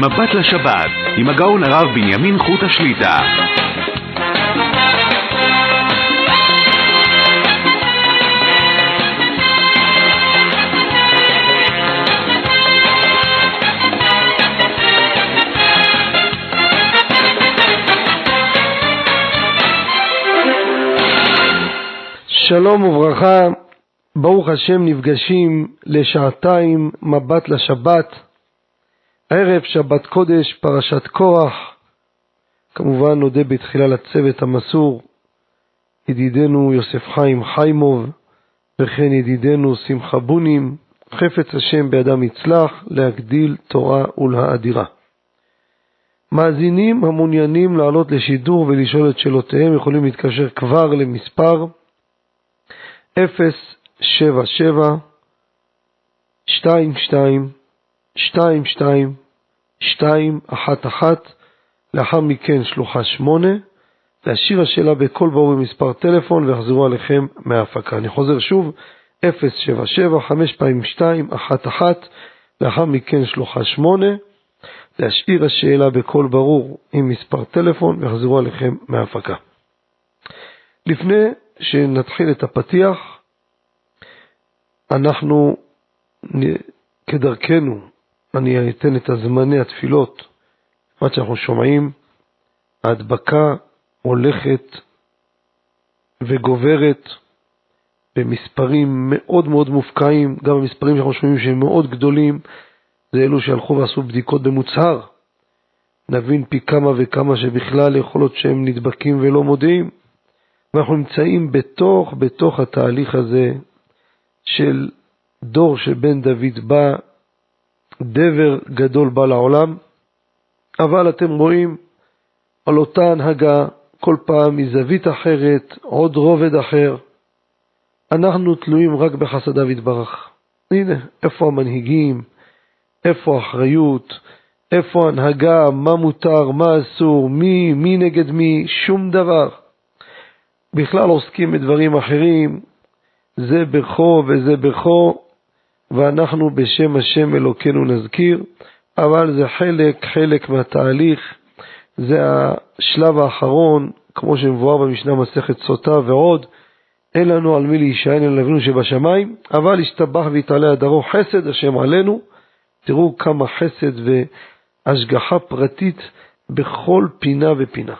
מבט לשבת עם הגאון הרב בנימין חוט השליטה. שלום וברכה, ברוך השם, נפגשים לשעתיים מבט לשבת, ערב שבת קודש, פרשת קורח. כמובן נודה בתחילה לצוות המסור, ידידנו יוסף חיים חיימוב, וכן ידידנו שמחה בונים, חפץ השם בידם יצלח להגדיל תורה ולהאדירה. מאזינים המעוניינים לעלות לשידור ולשאול את שאלותיהם יכולים להתקשר כבר למספר 077 22 22 211, לאחר מכן שלוחה 8, להשאיר השאלה בכל ברור במספר טלפון ויחזרו עליכם מההפקה. אני חוזר שוב, 077 52 11, לאחר מכן שלוחה 8, להשאיר השאלה בכל ברור עם מספר טלפון ויחזרו עליכם מההפקה. לפני שנתחיל את הפתיח, אנחנו כדרכנו, אני אתן את הזמני התפילות. מה שאנחנו שומעים, ההדבקה הולכת וגוברת במספרים מאוד מאוד מופקעים. גם המספרים שאנחנו שומעים שהם מאוד גדולים, זה אלו שהלכו ועשו בדיקות במוצהר. נבין פי כמה וכמה שבכלל יכולות שהם נדבקים ולא מודיעים. ואנחנו נמצאים בתוך התהליך הזה של דור שבן דוד בא, דבר גדול בא לעולם, אבל אתם רואים על אותה הנהגה כל פעם מזווית אחרת, עוד רובד אחר. אנחנו תלויים רק בחסדיו יתברך. הנה, איפה המנהיגים, איפה האחריות, איפה ההנהגה, מה מותר, מה אסור, מי נגד מי, שום דבר. בכלל עוסקים בדברים אחרים, זה בכו וזה בכו, ואנחנו בשם השם אלוקינו נזכיר, אבל זה חלק מהתהליך, זה השלב האחרון, כמו שמבואר במשנה מסכת סוטה ועוד. אין לנו על מי להישען אלא אבינו שבשמיים, אבל ישתבח ויתעלה אדרו, חסד השם עלינו. תראו כמה חסד והשגחה פרטית בכל פינה ופינה.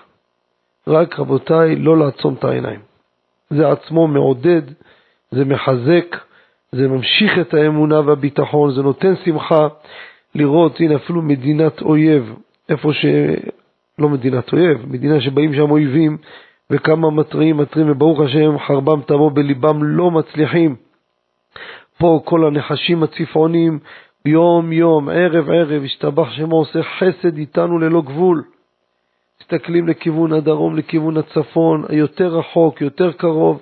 רק רבותיי, לא לעצום את העיניים. זה עצמו מעודד, זה מחזק, זה ממשיך את האמונה והביטחון, זה נותן שמחה לראות, הנה אפילו מדינת אויב, איפה לא מדינת אויב, מדינה שבאים שם אויבים, וכמה מטרים, וברוך השם חרבם תבוא בליבם לא מצליחים. פה כל הנחשים הצפעונים, יום, ערב, השתבח שמו עושה חסד איתנו ללא גבול. מסתכלים לכיוון הדרום, לכיוון הצפון, היותר רחוק, יותר קרוב,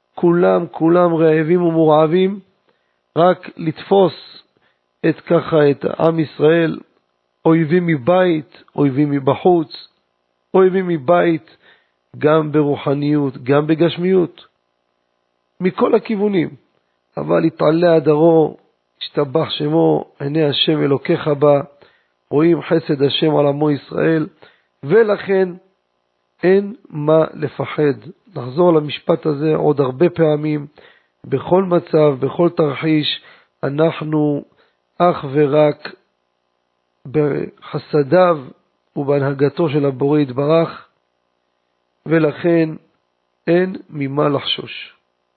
כולם רעבים ומורעבים, רק לתפוס את עם ישראל, אויבים מבית, אויבים מבחוץ, אויבים מבית, גם ברוחניות, גם בגשמיות, מכל הכיוונים. אבל יתעלה אדרו, השתבח שמו, עיני השם אלוקיך בה, רואים חסד השם על עמו ישראל, ולכן אין מה לפחד. נחזור למשפט הזה עוד הרבה פעמים, בכל מצב, בכל תרחיש, אנחנו אך ורק בחסדיו ובהנהגתו של הבורא יתברך, ולכן אין ממה לחשוש.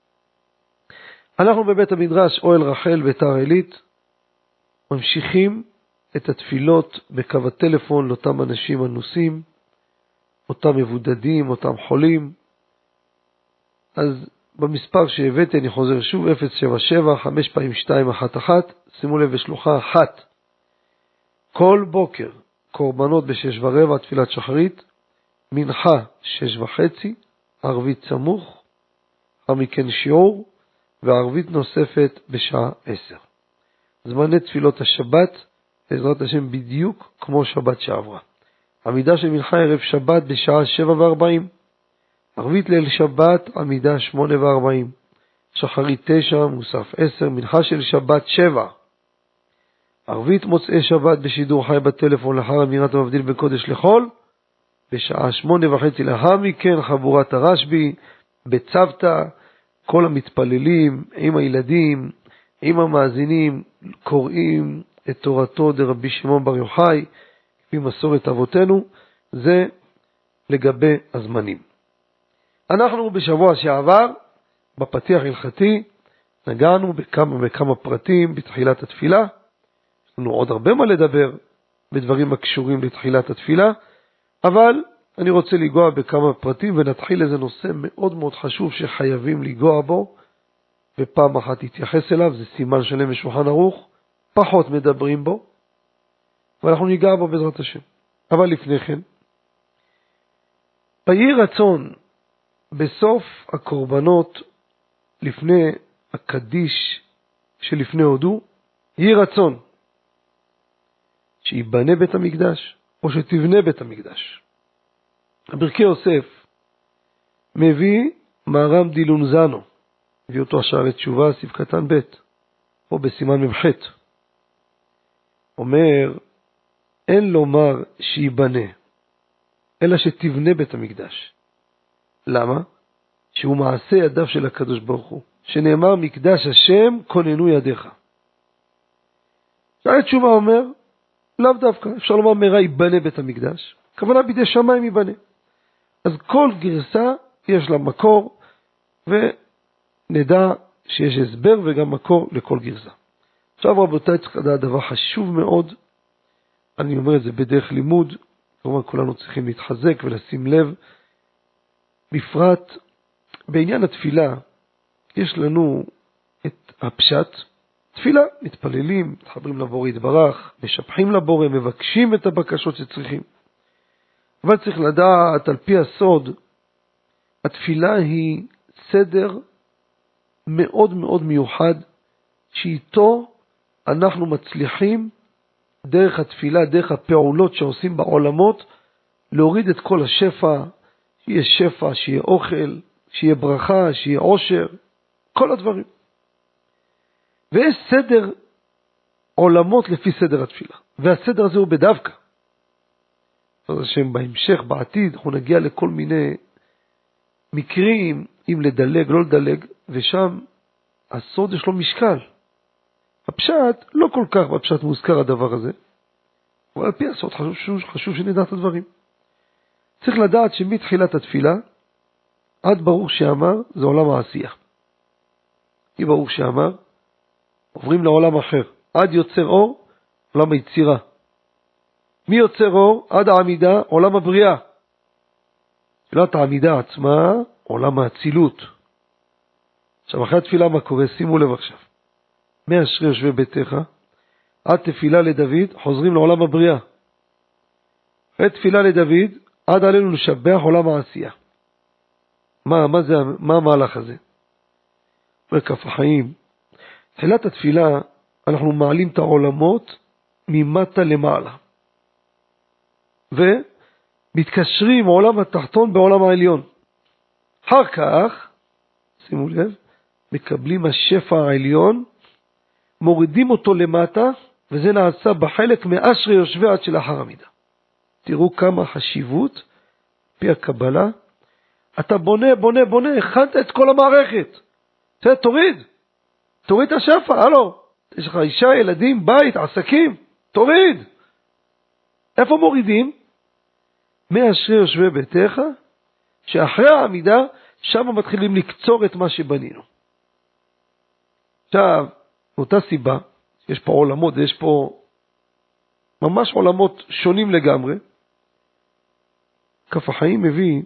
אנחנו בבית המדרש אוהל רחל ביתר עילית, ממשיכים את התפילות בקו הטלפון לאותם אנשים אנוסים, אותם מבודדים, אותם חולים. אז במספר שהבאתי אני חוזר שוב, 077 5211, שימו לב בשלוחה 1. כל בוקר קורבנות ב6:15 תפילת שחרית, מנחה 6:30, ערבית סמוך, אחר מכן שיעור, וערבית נוספת בשעה 10. זמני תפילות השבת, בעזרת השם בדיוק כמו שבת שעברה. עמידה של מנחה ערב שבת בשעה 7:40, ערבית ליל שבת עמידה 8:40, שחרית 9, מוסף 10, מנחה של שבת 7, ערבית מוצאי שבת בשידור חי בטלפון לאחר אמירת המבדיל בין קודש לחול, בשעה 8:30 לאחר מכן חבורת הרשב"י בצוותא, כל המתפללים עם הילדים, עם המאזינים, קוראים את תורתו דרבי שמעון בר יוחאי, כפי מסורת אבותינו. זה לגבי הזמנים. אנחנו בשבוע שעבר, בפתיח הלכתי, נגענו בכמה פרטים בתחילת התפילה. יש לנו עוד הרבה מה לדבר בדברים הקשורים לתחילת התפילה, אבל אני רוצה לגוע בכמה פרטים ונתחיל איזה נושא מאוד מאוד חשוב שחייבים לגוע בו, ופעם אחת להתייחס אליו. זה סימן שלם בשולחן ערוך, פחות מדברים בו, ואנחנו ניגע בו בעזרת השם. אבל לפני כן, יהי רצון בסוף הקורבנות, לפני הקדיש שלפני הודו, יהי רצון שיבנה בית המקדש או שתבנה בית המקדש. הברכי יוסף מביא מהר"ם דילונזנו, הביא אותו השערי תשובה סעיף קטן ב' או בסימן ממ"ח, אומר אין לומר שיבנה אלא שתבנה בית המקדש. למה? שהוא מעשה ידיו של הקדוש ברוך הוא, שנאמר מקדש השם כוננו ידיך. שערי תשובה אומר לאו דווקא, אפשר לומר מרע יבנה בית המקדש, הכוונה בידי שמיים יבנה. אז כל גרסה יש לה מקור, ונדע שיש הסבר וגם מקור לכל גרסה. עכשיו רבותיי, צריך לדעת דבר חשוב מאוד, אני אומר את זה בדרך לימוד, כלומר כולנו צריכים להתחזק ולשים לב, בפרט בעניין התפילה. יש לנו את הפשט, תפילה, מתפללים, מתחברים לבורא יתברך, משבחים לבורא, מבקשים את הבקשות שצריכים. אבל צריך לדעת על פי הסוד, התפילה היא סדר מאוד מאוד מיוחד, שאיתו אנחנו מצליחים דרך התפילה, דרך הפעולות שעושים בעולמות, להוריד את כל השפע, שיהיה שפע, שיהיה אוכל, שיהיה ברכה, שיהיה עושר, כל הדברים. ויש סדר עולמות לפי סדר התפילה, והסדר הזה הוא בדווקא. אז השם בהמשך, בעתיד, אנחנו נגיע לכל מיני מקרים, אם לדלג, לא לדלג, ושם הסוד יש לו משקל. הפשט, לא כל כך בפשט מוזכר הדבר הזה, אבל על פי הסוד חשוב שנדע את הדברים. צריך לדעת שמתחילת התפילה, עד ברוך שאמר, זה עולם העשייה. כי ברוך שאמר, עוברים לעולם אחר. עד יוצר אור, עולם היצירה. מי יוצר אור? עד העמידה, עולם הבריאה. תפילת העמידה עצמה, עולם האצילות. עכשיו, אחרי התפילה מה קורה? שימו לב עכשיו. מאשרי יושבי ביתך, עד תפילה לדוד, חוזרים לעולם הבריאה. אחרי תפילה לדוד, עד עלינו לשבח עולם העשייה. מה המהלך הזה? בכף החיים. תחילת התפילה, אנחנו מעלים את העולמות ממטה למעלה. ומתקשרים עולם התחתון בעולם העליון. אחר כך, שימו לב, מקבלים השפע העליון, מורידים אותו למטה, וזה נעשה בחלק מאשרי יושבי עד שלאחר המידה. תראו כמה חשיבות, פי הקבלה, אתה בונה, הכנת את כל המערכת. תוריד את השפע, הלו, יש לך אישה, ילדים, בית, עסקים, תוריד. איפה מורידים? מאשרי יושבי ביתך, שאחרי העמידה, שם מתחילים לקצור את מה שבנינו. עכשיו, מאותה סיבה, יש פה עולמות, יש פה ממש עולמות שונים לגמרי, כף החיים מביא,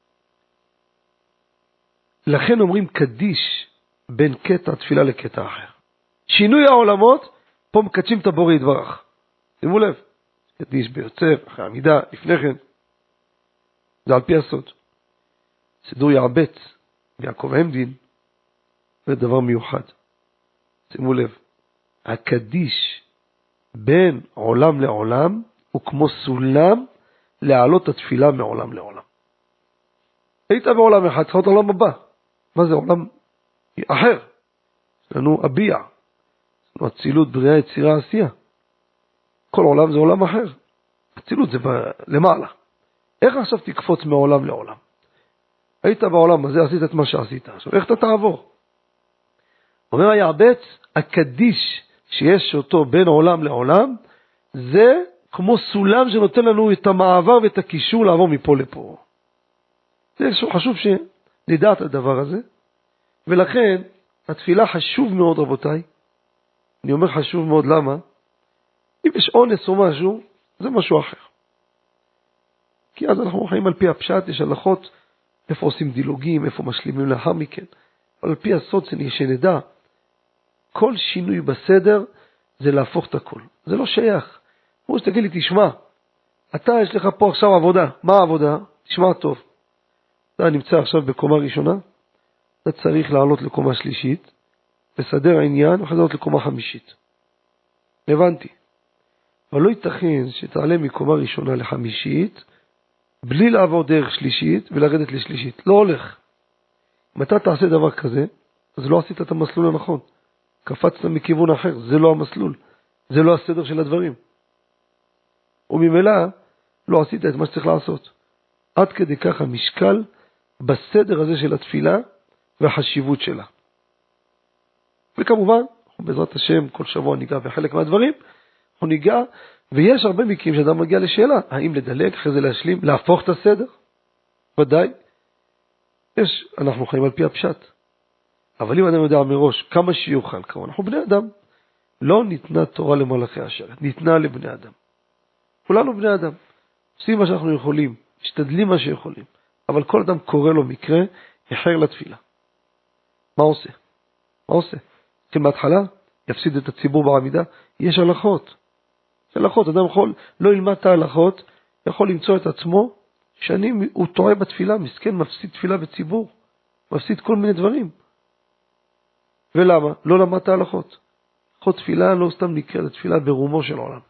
לכן אומרים קדיש בין קטע תפילה לקטע אחר. שינוי העולמות, פה מקדשים את הבורא יתברך. שימו לב, קדיש ביוצר, אחרי עמידה, לפני כן. זה על פי הסוד. סידור יעבץ, ויעקב עמדין, זה דבר מיוחד. שימו לב, הקדיש בין עולם לעולם, הוא כמו סולם להעלות התפילה מעולם לעולם. היית בעולם אחד, צריך להיות עולם הבא. מה זה עולם אחר? יש לנו אביע, יש לנו אצילות, בריאה, יצירה, עשייה. כל עולם זה עולם אחר. אצילות זה למעלה. איך עכשיו תקפוץ מעולם לעולם? היית בעולם הזה, עשית את מה שעשית. עכשיו, איך אתה תעבור? אומר היעבץ, הקדיש שיש אותו בין עולם לעולם, זה כמו סולם שנותן לנו את המעבר ואת הקישור לעבור מפה לפה. זה חשוב שנדע את הדבר הזה, ולכן התפילה חשוב מאוד, רבותיי. אני אומר חשוב מאוד, למה? אם יש אונס או משהו, זה משהו אחר. כי אז אנחנו חיים על פי הפשט, יש הלכות, איפה עושים דילוגים, איפה משלימים לאחר מכן. אבל על פי הסוד שנדע, כל שינוי בסדר זה להפוך את הכל. זה לא שייך. כמו שתגיד לי, תשמע, אתה יש לך פה עכשיו עבודה. מה העבודה? תשמע טוב. אתה נמצא עכשיו בקומה ראשונה, אתה צריך לעלות לקומה שלישית, לסדר העניין, ואחרי זה לעלות לקומה חמישית. הבנתי. אבל לא ייתכן שתעלה מקומה ראשונה לחמישית, בלי לעבור דרך שלישית ולרדת לשלישית. לא הולך. אם אתה תעשה דבר כזה, אז לא עשית את המסלול הנכון. קפצת מכיוון אחר, זה לא המסלול. זה לא הסדר של הדברים. וממילא לא עשית את מה שצריך לעשות. עד כדי כך המשקל בסדר הזה של התפילה והחשיבות שלה. וכמובן, בעזרת השם, כל שבוע ניגע בחלק מהדברים, אנחנו ניגע, ויש הרבה מקרים שאדם מגיע לשאלה, האם לדלג, אחרי זה להשלים, להפוך את הסדר? ודאי. אנחנו חיים על פי הפשט. אבל אם אדם יודע מראש כמה שיוכל, כמו אנחנו בני אדם, לא ניתנה תורה למלאכי השרת, ניתנה לבני אדם. כולנו בני אדם. עושים מה שאנחנו יכולים, משתדלים מה שיכולים, אבל כל אדם קורא לו מקרה, יחר לתפילה. מה עושה? מה עושה? כן, מההתחלה, יפסיד את הציבור בעמידה. יש הלכות. יש הלכות, אדם יכול, לא ילמד את ההלכות, יכול למצוא את עצמו, שנים הוא טועה בתפילה, מסכן, מפסיד תפילה בציבור, מפסיד כל מיני דברים. ולמה? לא למד את ההלכות. הלכות תפילה לא סתם נקראת תפילה ברומו של עולם.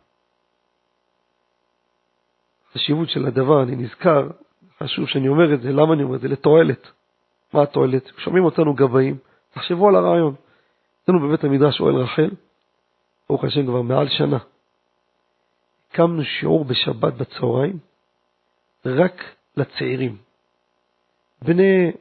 החשיבות של הדבר, אני נזכר, חשוב שאני אומר את זה, למה אני אומר את זה? לתועלת. מה התועלת? שומעים אותנו גבאים, תחשבו על הרעיון. אצלנו בבית המדרש אוהל רחל, ברוך השם כבר מעל שנה. הקמנו שיעור בשבת בצהריים, רק לצעירים. בני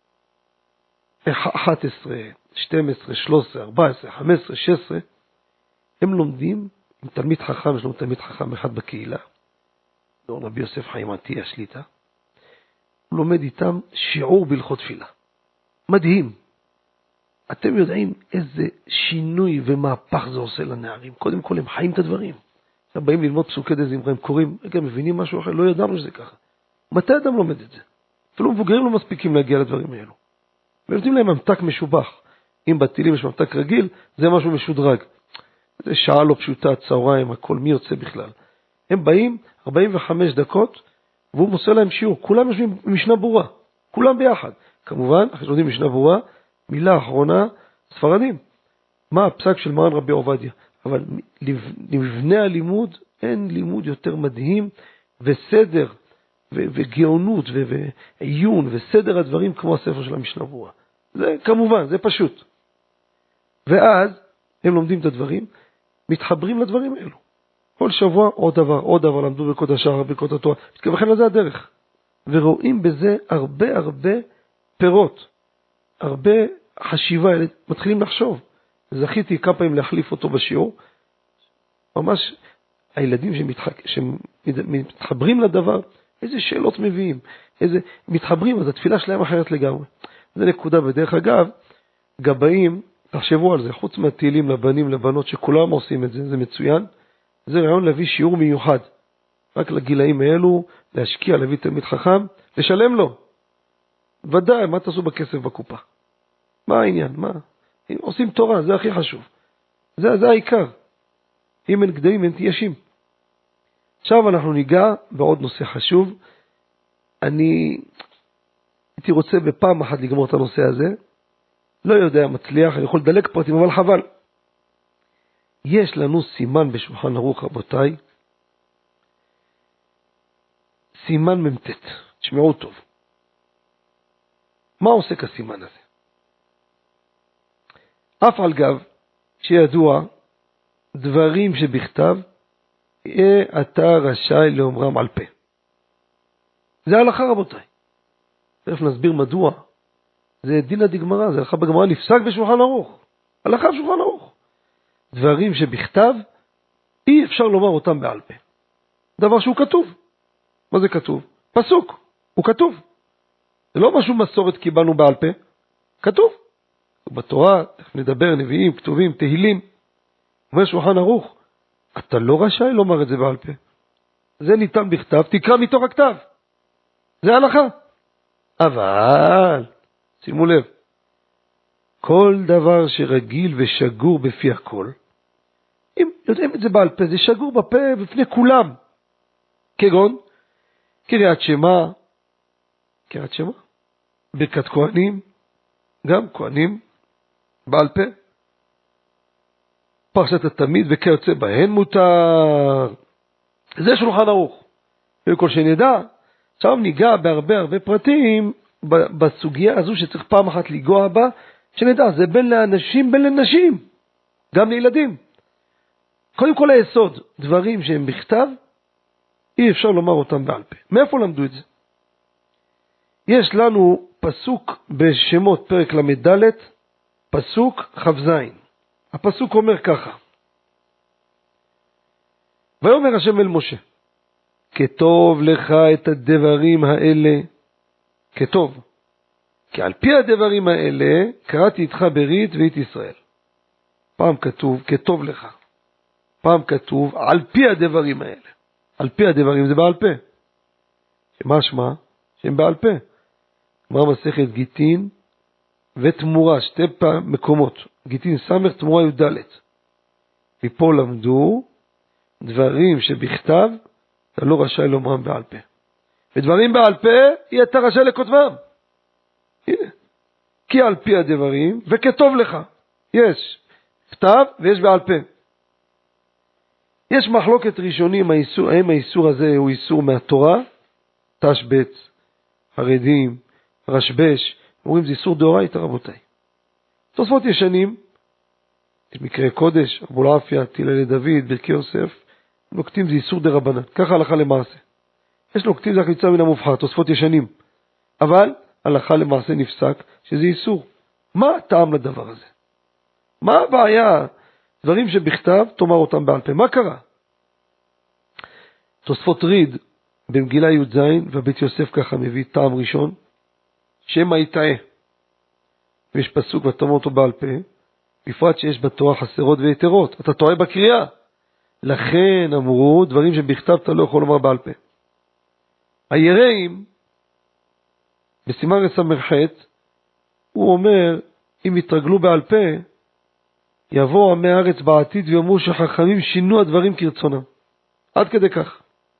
11, 12, 13, 14, 15, 16, הם לומדים עם תלמיד חכם, יש לנו תלמיד חכם אחד בקהילה, רבי יוסף חיים עטיה שליטה, הוא לומד איתם שיעור בהלכות תפילה. מדהים. אתם יודעים איזה שינוי ומהפך זה עושה לנערים. קודם כל הם חיים את הדברים. הם באים ללמוד פסוקי דזמרה, הם קוראים, הם מבינים משהו אחר, לא ידענו שזה ככה. מתי אדם לומד את זה? אפילו מבוגרים לא מספיקים להגיע לדברים האלו. ונותנים להם ממתק משובח. אם בתילים יש ממתק רגיל, זה משהו משודרג. זה שעה לא פשוטה, צהריים, הכל, מי יוצא בכלל. הם באים 45 דקות, והוא מוסר להם שיעור. כולם יושבים במשנה ברורה. כולם ביחד. כמובן, אחרי שלומדים משנה ברורה, מילה אחרונה, ספרדים. מה הפסק של מרן רבי עובדיה? אבל לבני הלימוד, אין לימוד יותר מדהים, וסדר, וגאונות, ועיון, וסדר הדברים כמו הספר של המשנה ברורה. זה כמובן, זה פשוט. ואז הם לומדים את הדברים, מתחברים לדברים האלו. כל שבוע עוד דבר, למדו ברכות השער, ברכות התורה, וכן לזה הדרך. ורואים בזה הרבה פירות, הרבה חשיבה, מתחילים לחשוב. זכיתי כמה פעמים להחליף אותו בשיעור, ממש הילדים שמתחברים לדבר, איזה שאלות מביאים, איזה מתחברים, אז התפילה שלהם אחרת לגמרי. זה נקודה, בדרך אגב, גבאים, תחשבו על זה, חוץ מהתהילים לבנים, לבנות, שכולם עושים את זה, זה מצוין, זה רעיון להביא שיעור מיוחד, רק לגילאים האלו, להשקיע, להביא תלמיד חכם, לשלם לו. ודאי, מה תעשו בכסף בקופה? מה העניין? מה? עושים תורה, זה הכי חשוב. זה העיקר. אם אין גדיים, אין תיישים. עכשיו אנחנו ניגע בעוד נושא חשוב. אני הייתי רוצה בפעם אחת לגמור את הנושא הזה. לא יודע, מצליח, אני יכול לדלג פרטים, אבל חבל. יש לנו סימן בשולחן ערוך, רבותיי. סימן ממתת. תשמעו טוב. מה עוסק הסימן הזה? אף על גב שידוע דברים שבכתב יהיה אתה רשאי לאומרם על פה. זה הלכה רבותיי. תכף נסביר מדוע. זה דינא דגמרא, זה הלכה בגמרא, נפסק בשולחן ערוך. הלכה בשולחן ערוך. דברים שבכתב אי אפשר לומר אותם בעל פה. דבר שהוא כתוב. מה זה כתוב? פסוק. הוא כתוב. זה לא משהו מסורת קיבלנו בעל פה. כתוב. בתורה, נדבר, נביאים, כתובים, תהילים. אומר שולחן ערוך, אתה לא רשאי לומר את זה בעל פה. זה ניתן בכתב, תקרא מתוך הכתב. זה הלכה. אבל, שימו לב, כל דבר שרגיל ושגור בפי הכל, אם יודעים את זה בעל פה, זה שגור בפה בפני כולם. כגון, קריאת שמע, ברכת כהנים, גם כהנים, בעל פה, פרשת התמיד וכיוצא בהן מותר. זה שולחן ערוך. וכל שנדע, עכשיו ניגע בהרבה פרטים בסוגיה הזו שצריך פעם אחת לגוע בה, שנדע, זה בין לאנשים, בין לנשים, גם לילדים. קודם כל היסוד, דברים שהם בכתב, אי אפשר לומר אותם בעל פה. מאיפה למדו את זה? יש לנו פסוק בשמות פרק למד, פסוק ח"ז. הפסוק אומר ככה: ויאמר השם אל משה, כתוב לך את הדברים האלה, כתוב, כי על פי הדברים האלה קראתי איתך ברית ואת ישראל. פעם כתוב כתוב לך, פעם כתוב על פי הדברים האלה. על פי הדברים זה בעל פה. שמשמע שהם בעל פה. אמרה מסכת גיטין ותמורה, שתי מקומות, גיטין סמך תמורה י"ד. מפה למדו דברים שבכתב אתה לא רשאי לומרם בעל פה. ודברים בעל פה יהיה אתה רשאי לכותבם. הנה. כי על פי הדברים וכתוב לך. יש כתב ויש בעל פה. יש מחלוקת ראשונים האם האיסור הזה הוא איסור מהתורה, תשבץ, חרדים, רשבש, אומרים זה איסור דאורייתא רבותיי. תוספות ישנים, מקרה קודש, אבו עפיה, תהילי לדוד, ברכי יוסף, נוקטים זה איסור דרבנן, ככה הלכה למעשה. יש נוקטים זה רק מצווה מן המובחר, תוספות ישנים. אבל הלכה למעשה נפסק שזה איסור. מה הטעם לדבר הזה? מה הבעיה? דברים שבכתב תאמר אותם בעל פה. מה קרה? תוספות ריד במגילה י"ז, והבית יוסף ככה מביא טעם ראשון, שמא יטעה. ויש פסוק ותאמר אותו בעל פה, בפרט שיש בתורה חסרות ויתרות. אתה טועה בקריאה. לכן אמרו דברים שבכתב אתה לא יכול לומר בעל פה. היראים, בסימן רס"ח, הוא אומר, אם יתרגלו בעל פה, יבוא עמי הארץ בעתיד ויאמרו שחכמים שינו הדברים כרצונם. עד כדי כך.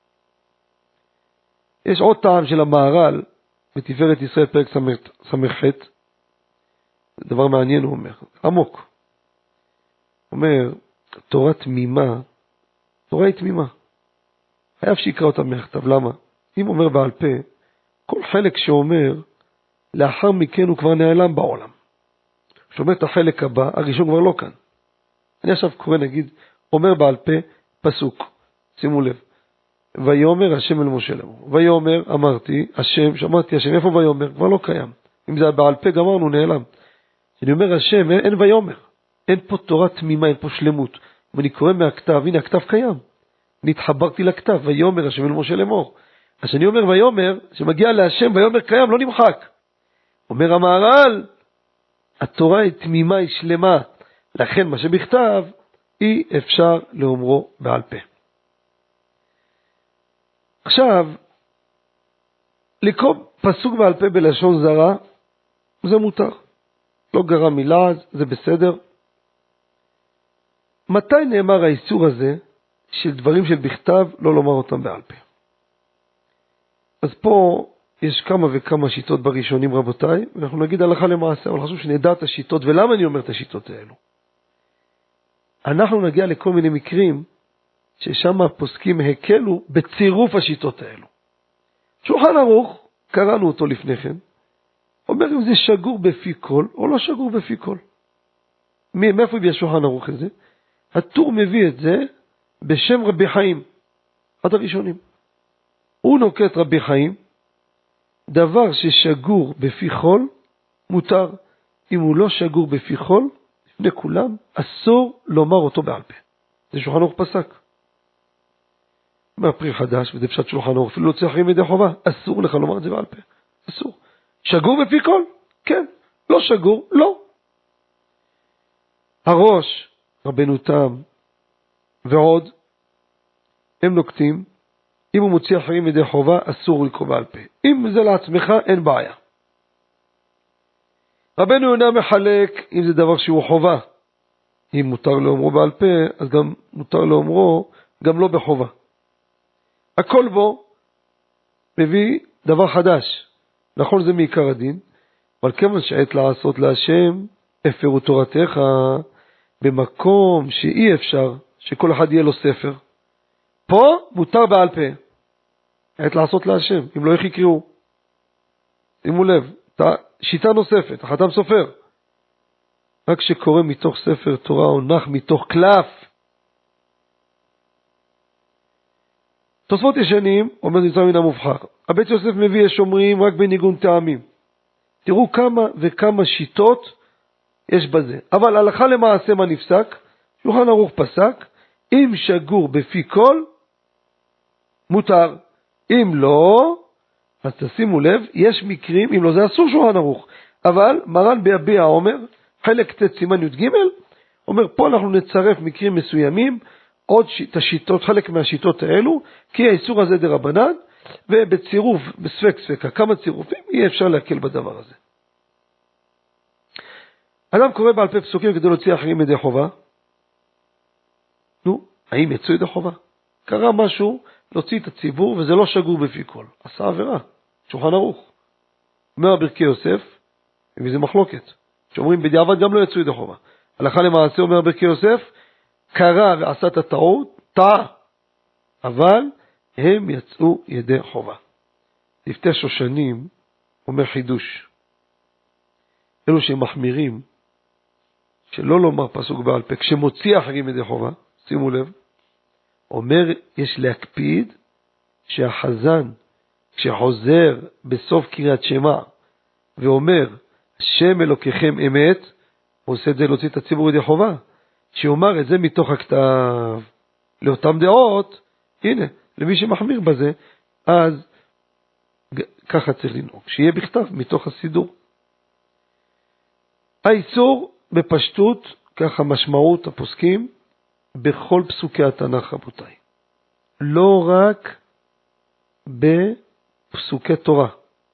יש עוד טעם של המהר"ל בתפארת ישראל פרק ס"ח. דבר מעניין הוא אומר, עמוק. הוא אומר, תורה תמימה, תורה היא תמימה. חייב שיקרא אותה מהכתב. למה? אם אומר בעל פה, כל חלק שאומר, לאחר מכן הוא כבר נעלם בעולם. כשאומר את החלק הבא, הראשון כבר לא כאן. אני עכשיו קורא נגיד, אומר בעל פה פסוק, שימו לב, ויאמר השם אל משה לאמור, ויאמר אמרתי השם, שמעתי השם, איפה ויאמר? כבר לא קיים. אם זה בעל פה גמרנו, נעלם. אני אומר השם, אין ויאמר, אין פה תורה תמימה, אין פה שלמות. אם אני קורא מהכתב, הנה הכתב קיים, אני התחברתי לכתב, ויאמר השם אל משה לאמור. אז אני אומר ויאמר, שמגיע להשם, ויאמר קיים, לא נמחק. אומר המהר"ל, התורה היא תמימה, היא שלמה, לכן מה שבכתב אי אפשר לאומרו בעל פה. עכשיו, לקרוא פסוק בעל פה בלשון זרה, זה מותר. לא גרם מלעז, זה בסדר. מתי נאמר האיסור הזה של דברים של בכתב לא לומר אותם בעל פה? אז פה יש כמה וכמה שיטות בראשונים רבותיי, ואנחנו נגיד הלכה למעשה, אבל חשוב שנדע את השיטות, ולמה אני אומר את השיטות האלו? אנחנו נגיע לכל מיני מקרים ששם הפוסקים הקלו בצירוף השיטות האלו. שולחן ערוך, קראנו אותו לפני כן, אומר אם זה שגור בפי כל או לא שגור בפי כל. מאיפה הביא השולחן ערוך את זה? הטור מביא את זה בשם רבי חיים, עד הראשונים. הוא נוקט רבי חיים, דבר ששגור בפי חול מותר. אם הוא לא שגור בפי חול, לפני כולם, אסור לומר אותו בעל פה. זה שולחן ערוך פסק. מהפרי חדש, וזה פשט שולחן ערוך, אפילו לא צריך להחרים ידי חובה, אסור לך לומר את זה בעל פה. אסור. שגור בפי חול? כן. לא שגור? לא. הראש, רבנו תם, ועוד, הם נוקטים, אם הוא מוציא אחרים ידי חובה, אסור לקרוא בעל פה. אם זה לעצמך, אין בעיה. רבנו יונה מחלק, אם זה דבר שהוא חובה. אם מותר לאומרו בעל פה, אז גם מותר לאומרו, גם לא בחובה. הכל בו מביא דבר חדש. נכון, זה מעיקר הדין, אבל כמה שעת לעשות להשם, הפרו תורתך, במקום שאי אפשר, שכל אחד יהיה לו ספר. פה מותר בעל פה. עת לעשות להשם, אם לא איך יקראו. שימו לב, שיטה נוספת, החתם סופר. רק שקורא מתוך ספר תורה או נח מתוך קלף. תוספות ישנים, אומר נמצא מן המובחר. הבית יוסף מביא יש אומרים רק בניגון טעמים. תראו כמה וכמה שיטות יש בזה. אבל הלכה למעשה מה נפסק? שולחן ערוך פסק, אם שגור בפי כל, מותר. אם לא, אז תשימו לב, יש מקרים, אם לא זה אסור שולחן ערוך. אבל מרן ביביע אומר, חלק ט' סימן י"ג, אומר פה אנחנו נצרף מקרים מסוימים, עוד השיטות, חלק מהשיטות האלו, כי האיסור הזה דרבנן, ובצירוף, בספק ספקה, כמה צירופים, יהיה אפשר להקל בדבר הזה. אדם קורא בעל פה פסוקים כדי להוציא אחרים ידי חובה. נו, האם יצאו ידי חובה? קרה משהו, להוציא את הציבור, וזה לא שגור בפי כל. עשה עבירה, שולחן ערוך. אומר ברכי יוסף, וזה מחלוקת, שאומרים בדיעבד גם לא יצאו ידי חובה. הלכה למעשה אומר ברכי יוסף, קרה ועשה את הטעות, טעה, אבל הם יצאו ידי חובה. לפתי שושנים אומר חידוש. אלו שמחמירים, שלא לומר פסוק בעל פה, כשמוציא אחרים ידי חובה, שימו לב, אומר יש להקפיד שהחזן, כשחוזר בסוף קריאת שמע, ואומר, השם אלוקיכם אמת, הוא עושה את זה להוציא את הציבור ידי חובה. שאומר את זה מתוך הכתב לאותם דעות, הנה, למי שמחמיר בזה, אז ככה צריך לנהוג, שיהיה בכתב מתוך הסידור. האיסור בפשטות, ככה משמעות הפוסקים, בכל פסוקי התנ"ך רבותיי. לא רק בפסוקי תורה.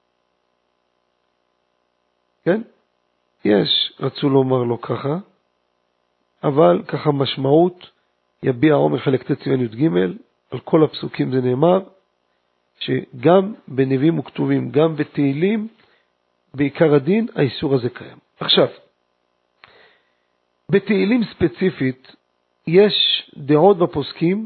כן? יש, רצו לומר לו ככה, אבל ככה משמעות יביע עומר חלק ט' סימן י"ג, על כל הפסוקים זה נאמר, שגם בנביאים וכתובים, גם בתהילים, בעיקר הדין, האיסור הזה קיים. עכשיו, בתהילים ספציפית, יש דעות בפוסקים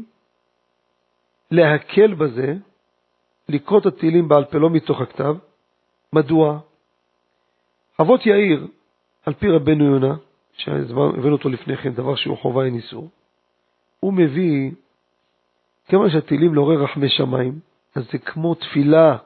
להקל בזה, לקרוא את התהילים בעל פה לא מתוך הכתב. מדוע? אבות יאיר, על פי רבנו יונה, שהבאנו אותו לפני כן, דבר שהוא חובה אין איסור, הוא מביא, כמה שהתהילים לעורר רחמי שמיים, אז זה כמו תפילה,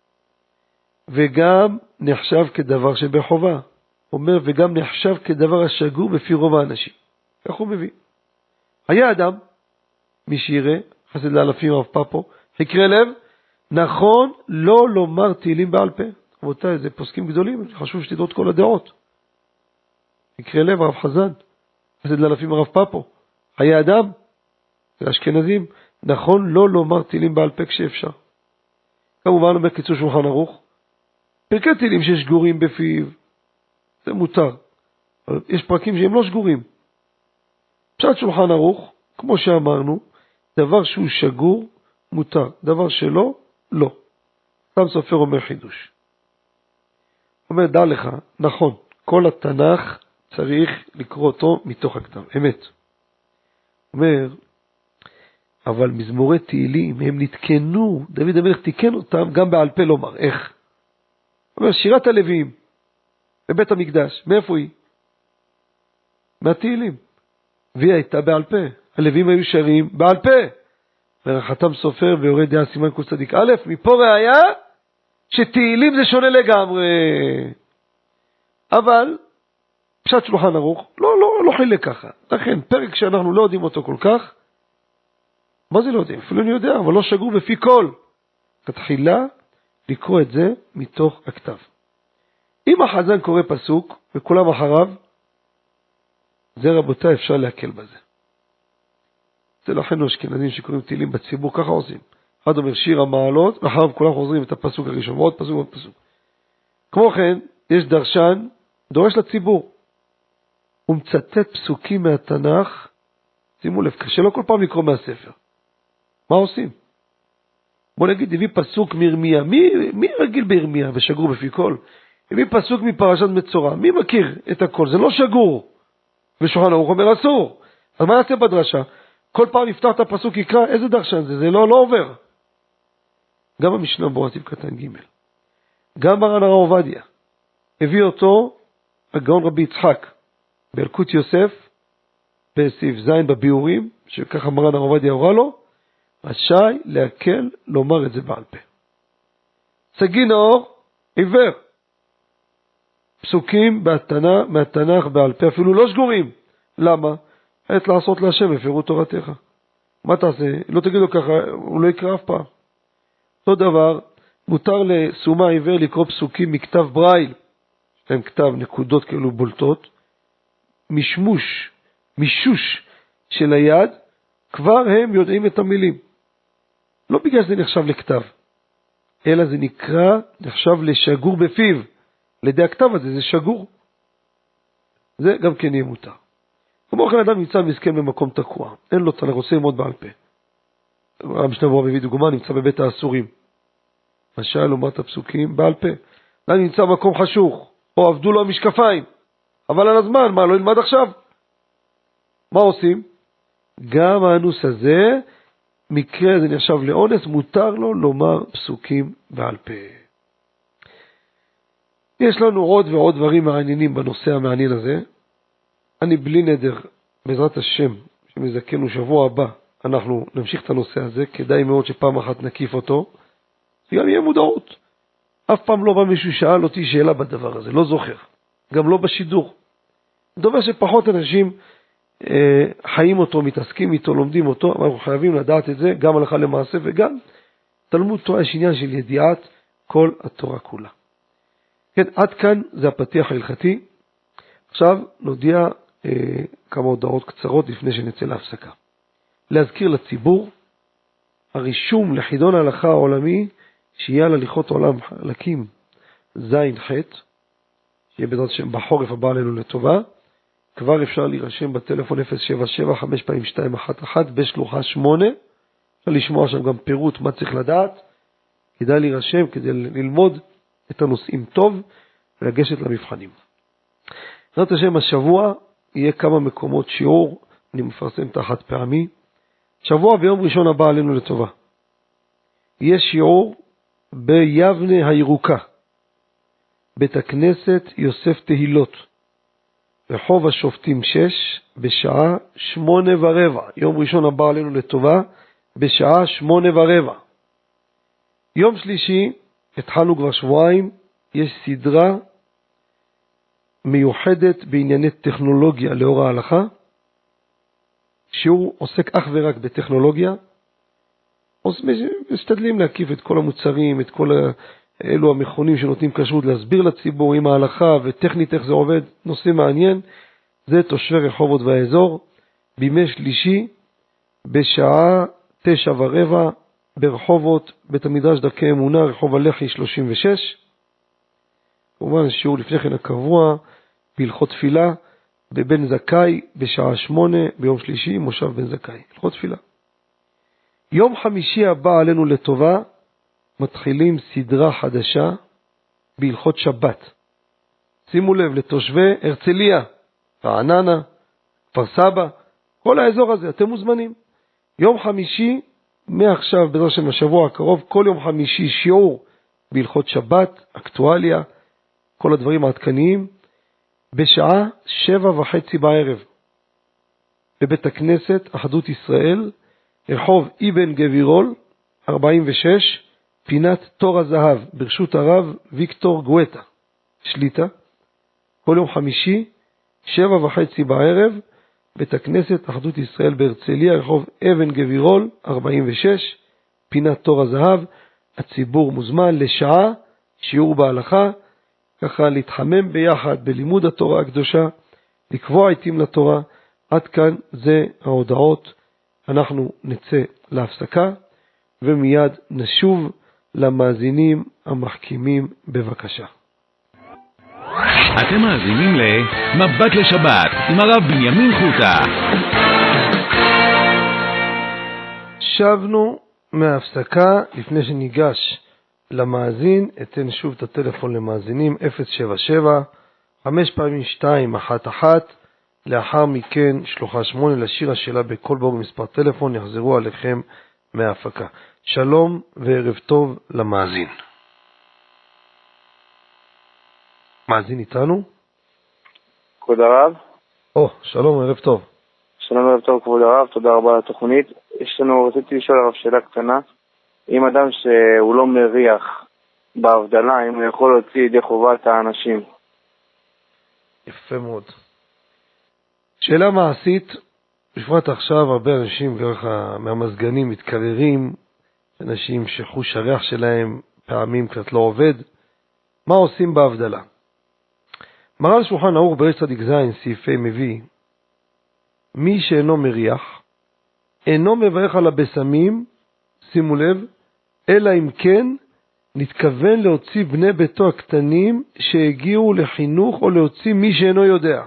וגם נחשב כדבר שבחובה. אומר, וגם נחשב כדבר השגור בפי רוב האנשים. כך הוא מביא. היה אדם, מי שיראה, חסד לאלפים רב פאפו, חקרי לב, נכון לא לומר תהילים בעל פה. רבותיי, זה פוסקים גדולים, חשוב שתדעו את כל הדעות. חקרי לב, רב חזן, חסד לאלפים רב פאפו. היה אדם, זה אשכנזים, נכון לא לומר תהילים בעל פה כשאפשר. כמובן אומר קיצור שולחן ערוך, פרקי תהילים ששגורים בפיו, זה מותר. אבל יש פרקים שהם לא שגורים. פשט שולחן ערוך, כמו שאמרנו, דבר שהוא שגור, מותר. דבר שלא, לא. סתם סופר אומר חידוש. אומר, דע לך, נכון, כל התנ"ך צריך לקרוא אותו מתוך הכתב. אמת. אומר, אבל מזמורי תהילים, הם נתקנו, דוד המלך תיקן אותם, גם בעל פה לומר. איך? אומר, שירת הלוויים, בבית המקדש, מאיפה היא? מהתהילים. והיא הייתה בעל פה. הלוויים היו שרים בעל פה. ורחתם סופר ויורד דעה סימן קצ"א, מפה ראיה שתהילים זה שונה לגמרי. אבל פשט שולחן ערוך לא חילק ככה. לכן פרק שאנחנו לא יודעים אותו כל כך, מה זה לא יודעים? אפילו אני יודע, אבל לא שגור בפי כל. תתחילה לקרוא את זה מתוך הכתב. אם החזן קורא פסוק וכולם אחריו, זה רבותיי אפשר להקל בזה. זה לכן אשכנזים שקוראים תהילים בציבור, ככה עושים. אחד אומר שיר המעלות, ואחריו כולם חוזרים את הפסוק הראשון, ועוד פסוק ועוד פסוק. כמו כן, יש דרשן, דורש לציבור. הוא מצטט פסוקים מהתנ"ך, שימו לב, קשה לו כל פעם לקרוא מהספר. מה עושים? בוא נגיד, הביא פסוק מירמיה. מי רגיל בירמיה ושגור בפי כל? הביא פסוק מפרשת מצורע. מי מכיר את הכל? זה לא שגור. ושולחן ערוך אומר אסור. אז מה נעשה בדרשה? כל פעם יפתח את הפסוק יקרא, איזה דרשן זה? זה לא עובר. גם המשנה ברורה סעיף קטן ג', גם מרן הרב עובדיה, הביא אותו הגאון רבי יצחק, באלקוט יוסף, בסעיף זין בביאורים, שככה מרן הרב עובדיה הורה לו, רשאי להקל לומר את זה בעל פה. סגי נאור, עיוור, פסוקים מהתנ"ך בעל פה, אפילו לא שגורים. למה? עת לעשות להשם הפרו תורתך. מה תעשה? לא תגיד לו ככה, הוא לא יקרא אף פעם. אותו דבר, מותר לסומה עיוור לקרוא פסוקים מכתב ברייל, יש להם כתב נקודות כאלו בולטות, מישוש של היד, כבר הם יודעים את המילים. לא בגלל שזה נחשב לכתב, אלא זה נחשב לשגור בפיו. לידי הכתב הזה זה שגור. זה גם כן יהיה מותר. כמו כן אדם נמצא מסכן במקום תקוע, אין לו תנ"ך, רוצה ללמוד בעל פה. המשנה ברורה מביא דוגמה, נמצא בבית האסורים. רשאי לומר את הפסוקים בעל פה. אדם נמצא במקום חשוך, או עבדו לו המשקפיים, אבל על הזמן, מה, לא ילמד עכשיו? מה עושים? גם האנוס הזה, מקרה זה נחשב לאונס, מותר לו לומר פסוקים בעל פה. יש לנו עוד ועוד דברים מעניינים בנושא המעניין הזה. אני בלי נדר, בעזרת השם, שמזכנו שבוע הבא, אנחנו נמשיך את הנושא הזה, כדאי מאוד שפעם אחת נקיף אותו, גם יהיה מודעות. אף פעם לא בא מישהו שאל אותי שאלה בדבר הזה, לא זוכר. גם לא בשידור. דובר שפחות אנשים חיים אותו, מתעסקים איתו, לומדים אותו, אבל אנחנו חייבים לדעת את זה, גם הלכה למעשה, וגם תלמוד תורה יש עניין של ידיעת כל התורה כולה. כן, עד כאן זה הפתיח ההלכתי. עכשיו נודיע כמה הודעות קצרות לפני שנצא להפסקה. להזכיר לציבור, הרישום לחידון ההלכה העולמי, שיהיה על הליכות עולם חלקים זין ח', שיהיה בעזרת השם בחורף הבא עלינו לטובה, כבר אפשר להירשם בטלפון 077-5x211 בשלוחה 8, אפשר לשמוע שם גם פירוט מה צריך לדעת, כדאי להירשם כדי ללמוד את הנושאים טוב ולגשת למבחנים. בעזרת השם השבוע יהיה כמה מקומות שיעור, אני מפרסם את החד פעמי. שבוע ביום ראשון הבא עלינו לטובה. יהיה שיעור ביבנה הירוקה, בית הכנסת יוסף תהילות, רחוב השופטים 6, בשעה 8:15. יום ראשון הבא עלינו לטובה, בשעה 8:15. יום שלישי, התחלנו כבר שבועיים, יש סדרה מיוחדת בענייני טכנולוגיה לאור ההלכה, שהוא עוסק אך ורק בטכנולוגיה, משתדלים להקיף את כל המוצרים, את כל אלו המכונים שנותנים כשרות, להסביר לציבור עם ההלכה וטכנית איך זה עובד, נושא מעניין. זה תושבי רחובות והאזור, בימי שלישי, בשעה 9:15, ברחובות, בית המדרש דרכי אמונה, רחוב הלח"י 36. כמובן שיעור לפני כן הקבוע, בהלכות תפילה, בבן זכאי, בשעה 8, ביום שלישי, מושב בן זכאי, הלכות תפילה. יום חמישי הבא עלינו לטובה, מתחילים סדרה חדשה בהלכות שבת. שימו לב, לתושבי הרצליה, רעננה, כפר סבא, כל האזור הזה, אתם מוזמנים. יום חמישי, מעכשיו בעזרת השם השבוע הקרוב, כל יום חמישי שיעור בהלכות שבת, אקטואליה, כל הדברים העדכניים, בשעה 7:30 בערב, בבית הכנסת אחדות ישראל, רחוב אבן גבירול 46, פינת תור הזהב, ברשות הרב ויקטור גואטה, שליטה, כל יום חמישי, 7:30 בערב, בית הכנסת אחדות ישראל בהרצליה, רחוב אבן גבירול 46, פינת תור הזהב. הציבור מוזמן לשעה, שיעור בהלכה, ככה להתחמם ביחד בלימוד התורה הקדושה, לקבוע עיתים לתורה. עד כאן זה ההודעות. אנחנו נצא להפסקה ומיד נשוב למאזינים המחכימים. בבקשה. אתם מאזינים למבט לשבת עם הרב בנימין חוטה. שבנו מההפסקה. לפני שניגש למאזין, אתן שוב את הטלפון למאזינים 077-5x211. לאחר מכן שלוחה 8 לשיר השאלה בכל בו במספר טלפון, יחזרו עליכם מההפקה. שלום וערב טוב למאזין. מאזין איתנו? כבוד הרב. שלום, ערב טוב. שלום, ערב טוב, כבוד הרב, תודה רבה על התוכנית. רציתי לשאול הרב שאלה קטנה. אם אדם שהוא לא מריח בהבדלה, אם הוא יכול להוציא ידי חובת האנשים. יפה מאוד. שאלה מעשית, בפרט עכשיו הרבה אנשים ככה מהמזגנים מתקררים, אנשים שחוש הריח שלהם פעמים קצת לא עובד. מה עושים בהבדלה? מרן שולחן ערוך בריש צדיק זין סעיפי מביא, מי שאינו מריח אינו מברך על הבשמים, שימו לב, אלא אם כן נתכוון להוציא בני ביתו הקטנים שהגיעו לחינוך, או להוציא מי שאינו יודע.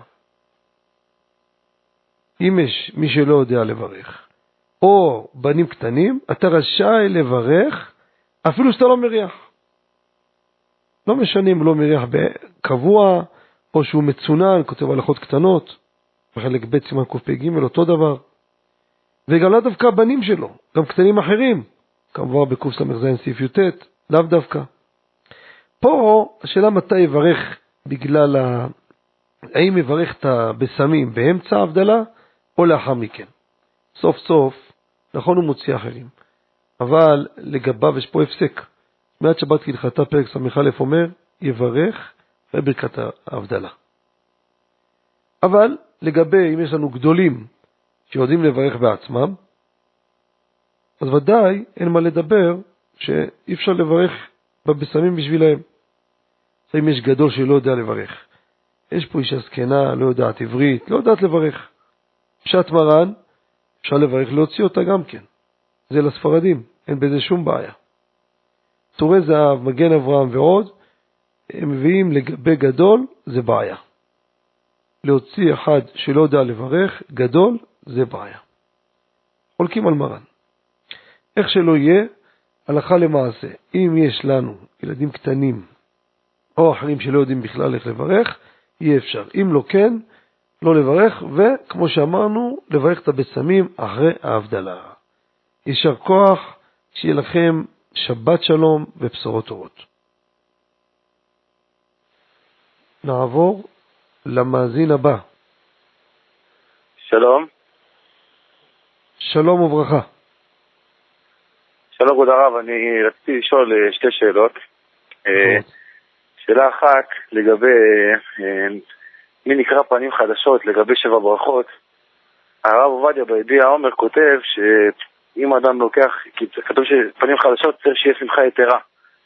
אם יש מי שלא יודע לברך או בנים קטנים, אתה רשאי לברך אפילו שאתה לא מריח. לא משנה אם לא מריח בקבוע או שהוא מצונן, כותב הלכות קטנות בחלק ב' סימן קפ"ג, אותו דבר. וגם לא דווקא הבנים שלו, גם קטנים אחרים, כמובן בקורס למחזין סעיף י"ט, לאו דווקא. פה השאלה מתי יברך, בגלל האם יברך את הבשמים באמצע ההבדלה או לאחר מכן. סוף סוף, נכון הוא מוציא אחרים, אבל לגביו יש פה הפסק. מעט שבת כהלכתה פרק ס"א אומר, יברך בברכת ההבדלה. אבל לגבי אם יש לנו גדולים שיודעים לברך בעצמם, אז ודאי אין מה לדבר שאי אפשר לברך בבשמים בשבילהם. אם יש גדול שלא יודע לברך, יש פה אישה זקנה, לא יודעת עברית, לא יודעת לברך, פשט מרן, אפשר לברך, להוציא אותה גם כן. זה לספרדים, אין בזה שום בעיה. תורי זהב, מגן אברהם ועוד, הם מביאים לגבי גדול, זה בעיה. להוציא אחד שלא יודע לברך, גדול, זה בעיה. חולקים על מרן. איך שלא יהיה, הלכה למעשה, אם יש לנו ילדים קטנים, או אחרים שלא יודעים בכלל איך לברך, יהיה אפשר. אם לא כן, לא לברך, וכמו שאמרנו, לברך את הבשמים אחרי ההבדלה. יישר כוח, שיהיה לכם שבת שלום ובשורות טובות. נעבור למאזין הבא. שלום. שלום וברכה. שלום כבוד הרב, אני רציתי לשאול שתי שאלות. שאלה אחת לגבי מי נקרא פנים חדשות, לגבי 7 ברכות. הרב עובדיה בידיע עומר כותב שאם אדם לוקח, כתוב שפנים חדשות צריך שיהיה שמחה יתרה.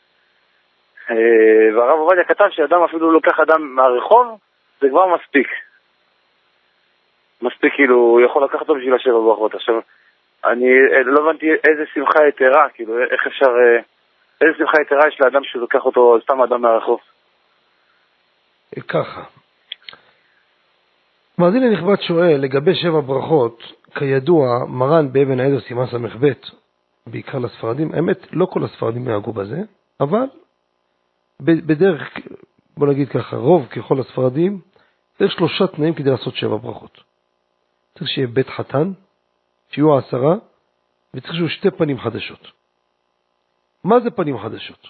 והרב עובדיה כתב שאדם אפילו לוקח אדם מהרחוב, זה כבר מספיק. מספיק, כאילו, הוא יכול לקחת אותו בשביל 7 ברכות. עכשיו, אני לא הבנתי איזה שמחה יתרה, כאילו, איך אפשר, איזה שמחה יתרה יש לאדם שלוקח אותו, סתם אדם מהרחוב. ככה. מאזין הנכבד שואל, לגבי 7 ברכות, כידוע, מרן באבן העזר סימן ס"ב, בעיקר לספרדים, האמת, לא כל הספרדים נהגו בזה, אבל בדרך, בוא נגיד ככה, רוב ככל הספרדים, יש 3 תנאים כדי לעשות 7 ברכות. צריך שיהיה בית חתן, שיהיו 10, וצריך שיהיו 2 פנים חדשות. מה זה פנים חדשות?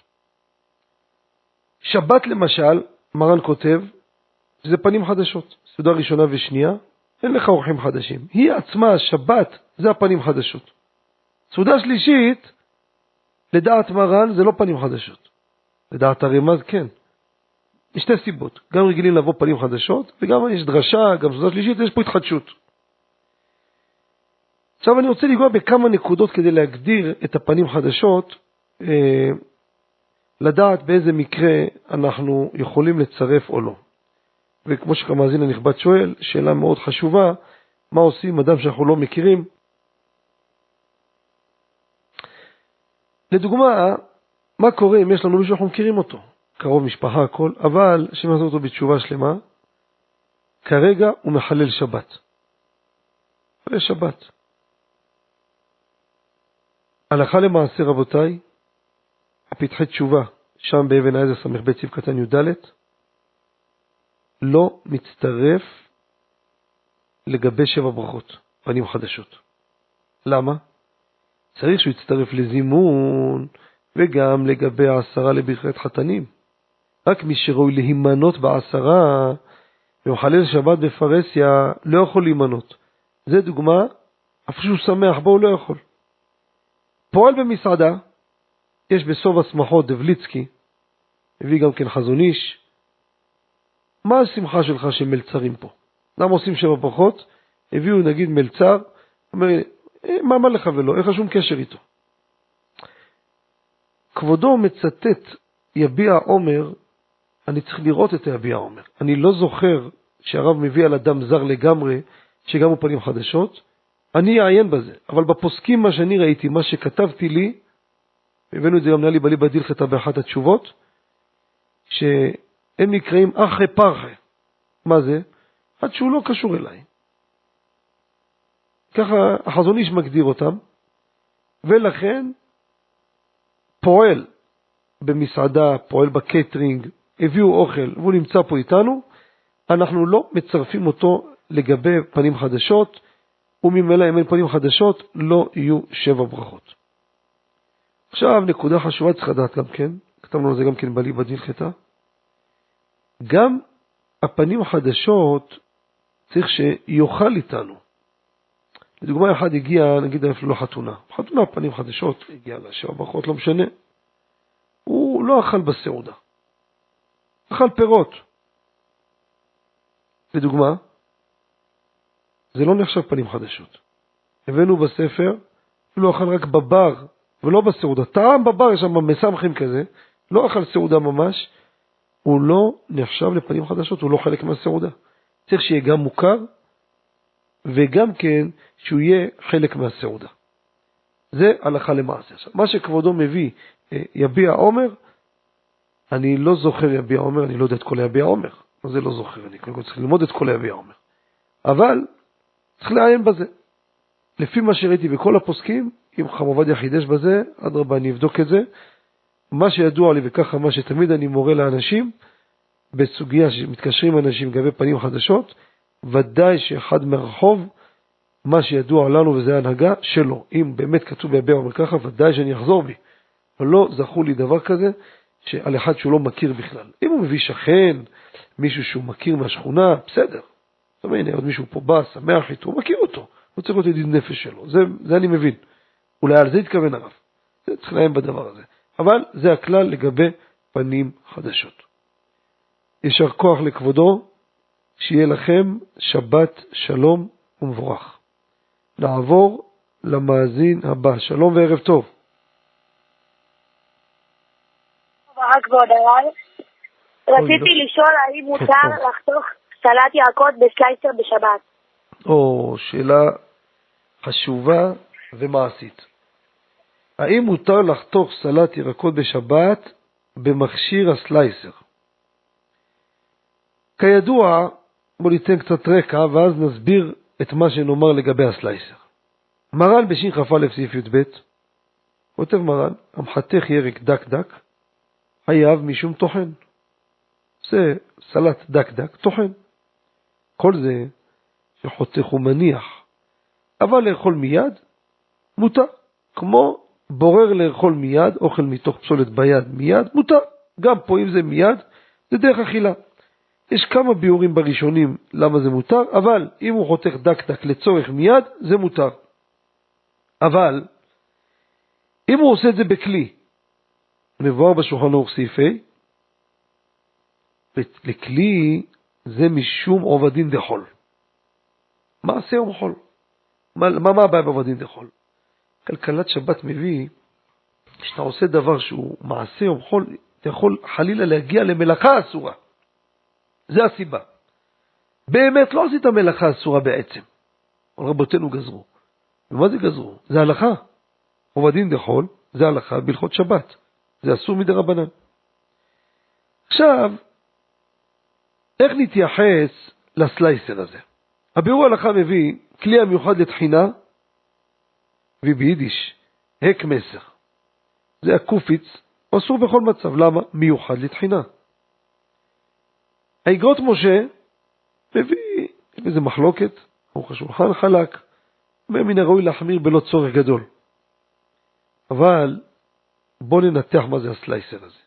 שבת למשל, מרן כותב, זה פנים חדשות. סעודה ראשונה ושנייה, אין לך אורחים חדשים. היא עצמה, השבת, זה הפנים חדשות. סעודה שלישית, לדעת מרן זה לא פנים חדשות. לדעת הרמז כן. משתי סיבות. גם רגילים לבוא פנים חדשות, וגם יש דרשה, גם סעודה שלישית, יש פה התחדשות. עכשיו אני רוצה לגוע בכמה נקודות כדי להגדיר את הפנים חדשות, לדעת באיזה מקרה אנחנו יכולים לצרף או לא. וכמו שהמאזין הנכבד שואל, שאלה מאוד חשובה, מה עושים אדם שאנחנו לא מכירים? לדוגמה, מה קורה אם יש לנו מישהו שאנחנו מכירים אותו? קרוב משפחה הכל, אבל שמעזור אותו בתשובה שלמה, כרגע הוא מחלל שבת. מחלל שבת. הלכה למעשה רבותיי, הפתחי תשובה, שם באבן העזר סמך בית ציב קטן י"ד, לא מצטרף לגבי 7 ברכות, פנים חדשות. למה? צריך שהוא יצטרף לזימון, וגם לגבי 10 לברכת חתנים. רק מי שראוי להימנות ב10, ומחלל שבת בפרסיה, לא יכול להימנות. זה דוגמה, אף שהוא שמח בו הוא לא יכול. פועל במסעדה, יש בסוף הסמכות דבליצקי, הביא גם כן חזון איש. מה השמחה שלך שמלצרים פה? למה עושים 7 ברכות? הביאו נגיד מלצר, אומר, מה לך ולא, איך שום קשר איתו? כבודו מצטט יביע עומר, אני צריך לראות את יביע עומר. אני לא זוכר שהרב מביא על אדם זר לגמרי, שגם הוא פנים חדשות, אני אעיין בזה, אבל בפוסקים מה שאני ראיתי, מה שכתבתי לי, הבאנו את זה גם נעלי בלי בדיל חטא באחת התשובות, שהם נקראים אחרי פרחה. מה זה? עד שהוא לא קשור אליי. ככה החזון איש מגדיר אותם, ולכן פועל במסעדה, פועל בקייטרינג, הביאו אוכל, והוא נמצא פה איתנו, אנחנו לא מצרפים אותו לגבי פנים חדשות, וממילא אם אין פנים חדשות, לא יהיו 7 ברכות. עכשיו נקודה חשובה צריך לדעת גם כן, כתבנו על זה גם כן בלי בדין חטא, גם הפנים החדשות צריך שיוכל איתנו. לדוגמה אחד הגיע, נגיד אפילו לא חתונה, חתונה פנים חדשות, הגיע ל7 ברכות, לא משנה, הוא לא אכל בסעודה, אכל פירות. לדוגמה, זה לא נחשב פנים חדשות. הבאנו בספר, הוא לא אכל רק בבר, ולא בסעודה. טעם בבר, יש שם מסמכים כזה, לא אכל סעודה ממש, הוא לא נחשב לפנים חדשות, הוא לא חלק מהסעודה. צריך שיהיה גם מוכר, וגם כן שהוא יהיה חלק מהסעודה. זה הלכה למעשה. מה שכבודו מביא, יביע עומר, אני לא זוכר יביע עומר, אני לא יודע את כל יביע עומר. זה לא זוכר, אני קודם כל צריך ללמוד את כל יביע עומר. אבל צריך לעיין בזה. לפי מה שראיתי בכל הפוסקים, אם חם עובדיה חידש בזה, אדרבה אני אבדוק את זה. מה שידוע לי וככה מה שתמיד אני מורה לאנשים, בסוגיה שמתקשרים אנשים לגבי פנים חדשות, ודאי שאחד מהרחוב, מה שידוע לנו וזה ההנהגה שלו. אם באמת כתוב ביביע עומר ככה, ודאי שאני אחזור בי. אבל לא זכו לי דבר כזה, שעל אחד שהוא לא מכיר בכלל. אם הוא מביא שכן, מישהו שהוא מכיר מהשכונה, בסדר. זאת אומרת, הנה, עוד מישהו פה בא, שמח איתו, הוא מכיר אותו. הוא צריך להיות ידיד נפש שלו. זה אני מבין. אולי על זה התכוון הרב. זה צריך להם בדבר הזה. אבל זה הכלל לגבי פנים חדשות. יישר כוח לכבודו, שיהיה לכם שבת שלום ומבורך. נעבור למאזין הבא. שלום וערב טוב. כבוד הרב, רציתי לשאול האם מותר לחתוך סלט ירקות בסלייסר בשבת. שאלה חשובה ומעשית. האם מותר לחתוך סלט ירקות בשבת במכשיר הסלייסר? כידוע, בוא ניתן קצת רקע ואז נסביר את מה שנאמר לגבי הסלייסר. מרן בשין כ"א סעיף י"ב, כותב מרן, המחתך ירק דק דק, חייב משום טוחן. זה סלט דק דק, טוחן. כל זה שחותך ומניח. אבל לאכול מיד, מותר. כמו בורר לאכול מיד, אוכל מתוך פסולת ביד מיד, מותר. גם פה אם זה מיד, זה דרך אכילה. יש כמה ביורים בראשונים למה זה מותר, אבל אם הוא חותך דק דק לצורך מיד, זה מותר. אבל אם הוא עושה את זה בכלי, מבואר בשולחן ערוך סעיפי, לכלי זה משום עובדין דחול. מעשה יום חול. מה הבעיה בעובדין דחול? כלכלת שבת מביא, כשאתה עושה דבר שהוא מעשה יום חול, אתה יכול חלילה להגיע למלאכה אסורה. זה הסיבה. באמת לא עשית מלאכה אסורה בעצם. אבל רבותינו גזרו. ומה זה גזרו? זה הלכה. עובדין דחול, זה הלכה בהלכות שבת. זה אסור מדי רבנן. עכשיו, איך נתייחס לסלייסר הזה? הביאור ההלכה מביא כלי המיוחד לתחינה, וביידיש, הק מסר. זה הקופיץ, אסור בכל מצב. למה? מיוחד לתחינה. האגרות משה מביא, יש בזה מחלוקת, ערוך השולחן חלק, מן הראוי להחמיר בלא צורך גדול. אבל בוא ננתח מה זה הסלייסר הזה.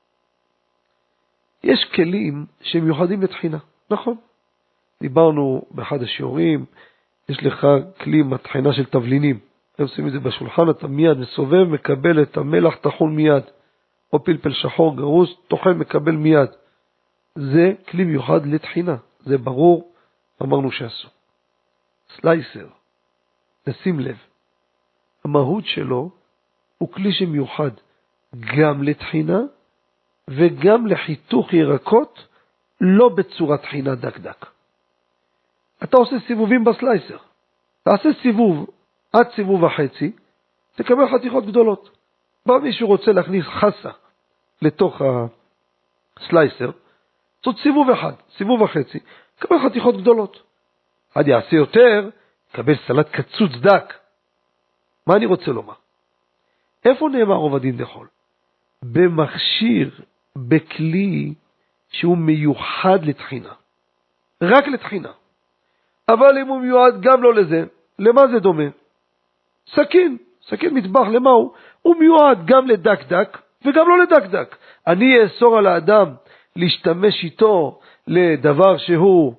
יש כלים שמיוחדים לתחינה, נכון? דיברנו באחד השיעורים, יש לך כלי מתחינה של תבלינים. הם עושים את זה בשולחן, אתה מיד מסובב, מקבל את המלח, תחון מיד. או פלפל שחור, גרוס, תאכל, מקבל מיד. זה כלי מיוחד לתחינה. זה ברור, אמרנו שעשו. סלייסר, נשים לב, המהות שלו הוא כלי שמיוחד גם לתחינה וגם לחיתוך ירקות, לא בצורת תחינה דק דק. אתה עושה סיבובים בסלייסר, תעשה סיבוב עד סיבוב וחצי, תקבל חתיכות גדולות. בא מישהו רוצה להכניס חסה לתוך הסלייסר, זאת סיבוב אחד, סיבוב וחצי, תקבל חתיכות גדולות. עד יעשה יותר, תקבל סלט קצוץ דק. מה אני רוצה לומר? איפה נאמר עובדין דחול? במכשיר, בכלי שהוא מיוחד לתחינה. רק לתחינה. אבל אם הוא מיועד גם לא לזה, למה זה דומה? סכין, סכין מטבח, למה הוא? הוא מיועד גם לדק דק וגם לא לדק דק. אני אאסור על האדם להשתמש איתו לדבר שהוא,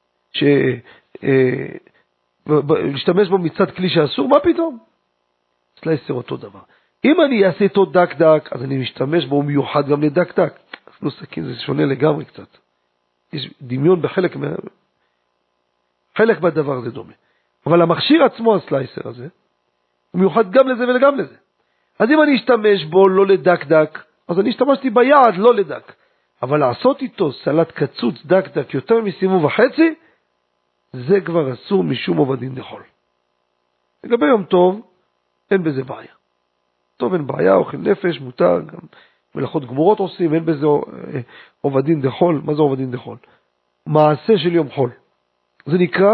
להשתמש בו מצד כלי שאסור, מה פתאום? סלייסר אותו דבר. אם אני אעשה איתו דק דק, אז אני משתמש בו, הוא מיוחד גם לדק דק. אפילו סכין זה שונה לגמרי קצת. יש דמיון בחלק חלק בדבר זה דומה. אבל המכשיר עצמו, הסלייסר הזה, הוא מיוחד גם לזה וגם לזה. אז אם אני אשתמש בו לא לדק דק, אז אני השתמשתי ביעד לא לדק. אבל לעשות איתו סלט קצוץ דק דק יותר מסיבוב וחצי, זה כבר אסור משום עובדין דחול. לגבי יום טוב, אין בזה בעיה. טוב, אין בעיה, אוכל נפש, מותר, גם מלאכות גמורות עושים, אין בזה עובדין דחול. מה זה עובדין דחול? מעשה של יום חול. זה נקרא,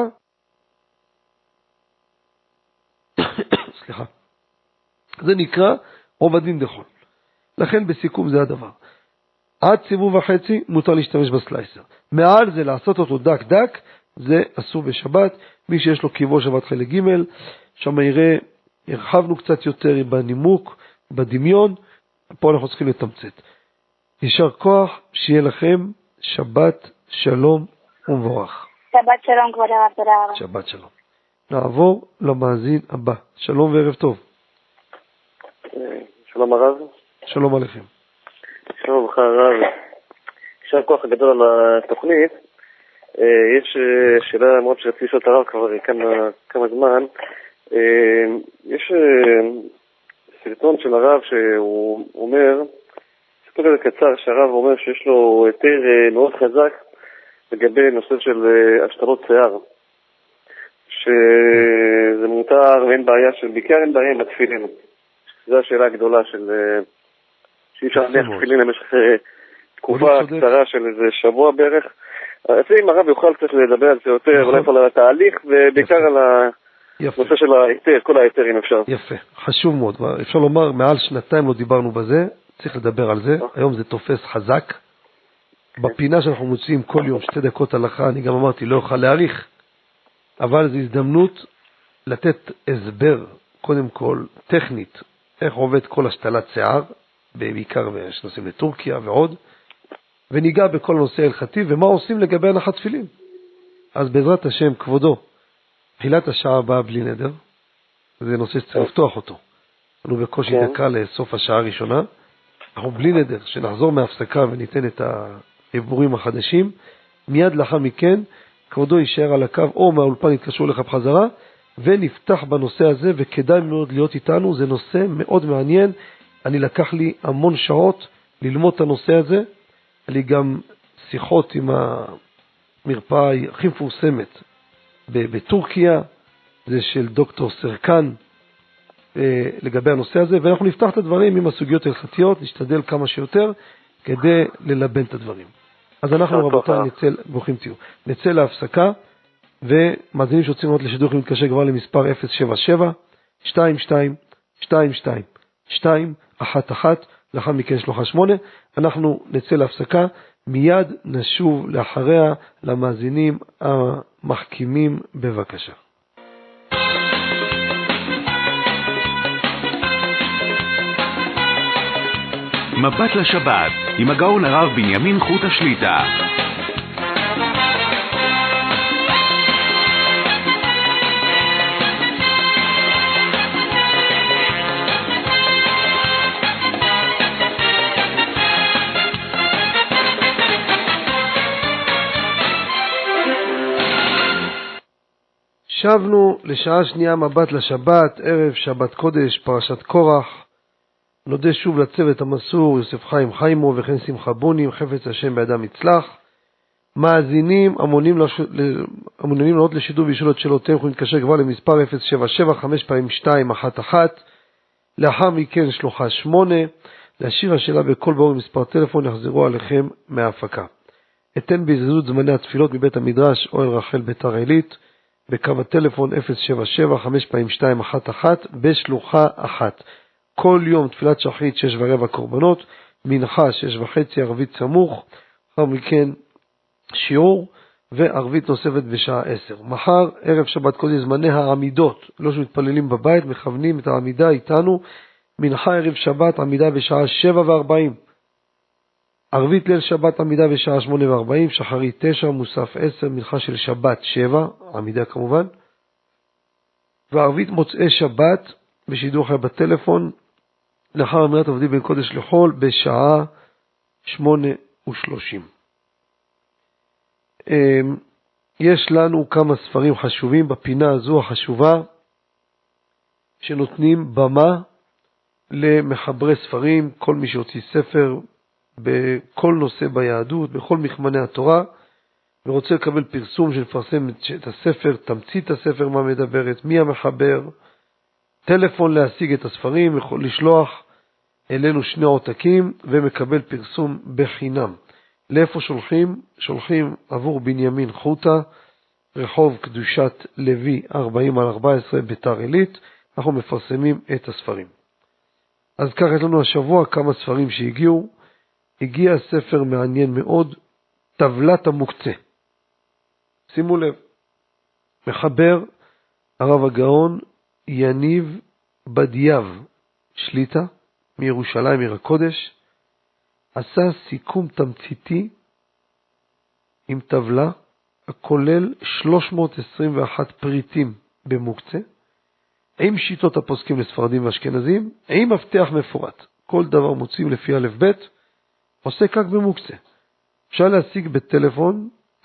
סליחה, זה נקרא עובדין דחול. לכן בסיכום זה הדבר. עד סיבוב וחצי מותר להשתמש בסלייסר. מעל זה לעשות אותו דק דק, זה אסור בשבת. מי שיש לו קיבו שבת חלק ג', שם יראה, הרחבנו קצת יותר בנימוק, בדמיון, פה אנחנו צריכים לתמצת. יישר כוח, שיהיה לכם שבת שלום ומבורך. שבת שלום כבוד הרב, תודה רבה. שבת שלום. נעבור למאזין הבא. שלום וערב טוב. שלום הרב. שלום עליכם. שלום לך הרב. יישר כוח גדול על התוכנית. יש שאלה מאוד שרציתי לשאול את הרב כבר כמה זמן. יש סרטון של הרב שהוא אומר, סרטון כזה קצר שהרב אומר שיש לו היתר מאוד חזק לגבי נושא של השתלות שיער, שזה מותר ואין בעיה, בעיקר אין בעיה עם התפילין. זו השאלה הגדולה של שאי אפשר להניח תפילין למשך תקופה קצרה של איזה שבוע בערך. אם הרב יוכל קצת לדבר על זה יותר, אולי על התהליך ובעיקר על הנושא של ההיתר, כל ההיתרים אפשר. יפה, חשוב מאוד. אפשר לומר, מעל שנתיים לא דיברנו בזה, צריך לדבר על זה. היום זה תופס חזק. בפינה שאנחנו מוצאים כל יום 2 דקות הלכה, אני גם אמרתי, לא אוכל להאריך, אבל זו הזדמנות לתת הסבר, קודם כל, טכנית, איך עובד כל השתלת שיער, בעיקר שנוסעים לטורקיה ועוד, וניגע בכל נושא הלכתי, ומה עושים לגבי הנחת תפילין. אז בעזרת השם, כבודו, תחילת השעה הבאה בלי נדר, זה נושא שצריך לפתוח אותו. אנחנו בקושי כן. דקה לסוף השעה הראשונה. אנחנו בלי נדר שנחזור מהפסקה וניתן את החיבורים החדשים. מיד לאחר מכן, כבודו יישאר על הקו או מהאולפן יתקשרו לך בחזרה, ונפתח בנושא הזה, וכדאי מאוד להיות איתנו. זה נושא מאוד מעניין. אני לקח לי המון שעות ללמוד את הנושא הזה. אני גם שיחות עם המרפאה הכי מפורסמת בטורקיה, זה של דוקטור סרקן, לגבי הנושא הזה, ואנחנו נפתח את הדברים עם הסוגיות ההלכתיות, נשתדל כמה שיותר כדי ללבן את הדברים. אז אנחנו רבותיי נצא להפסקה, ומאזינים שרוצים לראות לשידור יכולים להתקשר כבר למספר 077-22-22-211, לאחר מכן שלוחה 8. אנחנו נצא להפסקה, מיד נשוב לאחריה למאזינים המחכימים. בבקשה. מבט לשבת עם הגאון הרב בנימין חוט השליטה. שבנו לשעה שנייה, מבט לשבת, ערב שבת קודש, פרשת קורח. נודה שוב לצוות המסור, יוסף חיים חיימו וכן שמחה בונים, חפץ השם בידם יצלח. מאזינים המונים לעלות לשידור וישאול את שאלותיהם, יכולים להתקשר כבר למספר 077-5x211, לאחר מכן שלוחה 8, להשאיר השאלה בכל ברור מספר טלפון, יחזרו עליכם מההפקה. אתן בהזדמנות זמני התפילות מבית המדרש אוהל רחל ביתר עילית, בקו הטלפון 077-5x211 בשלוחה 1. כל יום תפילת שחרית 6:15 קורבנות, מנחה 6:30, ערבית סמוך, אחר מכן שיעור וערבית נוספת בשעה 10. מחר ערב שבת קודש זמני העמידות, לא שמתפללים בבית, מכוונים את העמידה איתנו. מנחה ערב שבת עמידה בשעה 7:40, ערבית ליל שבת עמידה בשעה 8:40, שחרית 9, מוסף 10, מנחה של שבת 7, עמידה כמובן, וערבית מוצאי שבת בשידור חי בטלפון, לאחר אמירת עבדים בין קודש לחול בשעה 8:30. יש לנו כמה ספרים חשובים בפינה הזו החשובה, שנותנים במה למחברי ספרים, כל מי שהוציא ספר בכל נושא ביהדות, בכל מכמני התורה, ורוצה לקבל פרסום שנפרסם את הספר, תמצית הספר, מה מדברת, מי המחבר, טלפון להשיג את הספרים, יכול לשלוח אלינו 2 עותקים ומקבל פרסום בחינם. לאיפה שולחים? שולחים עבור בנימין חוטה, רחוב קדושת לוי 40/14 ביתר עילית. אנחנו מפרסמים את הספרים. אז כך יש לנו השבוע כמה ספרים שהגיעו. הגיע ספר מעניין מאוד, טבלת המוקצה. שימו לב, מחבר הרב הגאון יניב בדייב שליטה מירושלים עיר הקודש, עשה סיכום תמציתי עם טבלה הכולל 321 פריטים במוקצה, עם שיטות הפוסקים לספרדים ואשכנזים, עם מפתח מפורט. כל דבר מוצאים לפי א' ב', עוסק רק במוקצה. אפשר להשיג בטלפון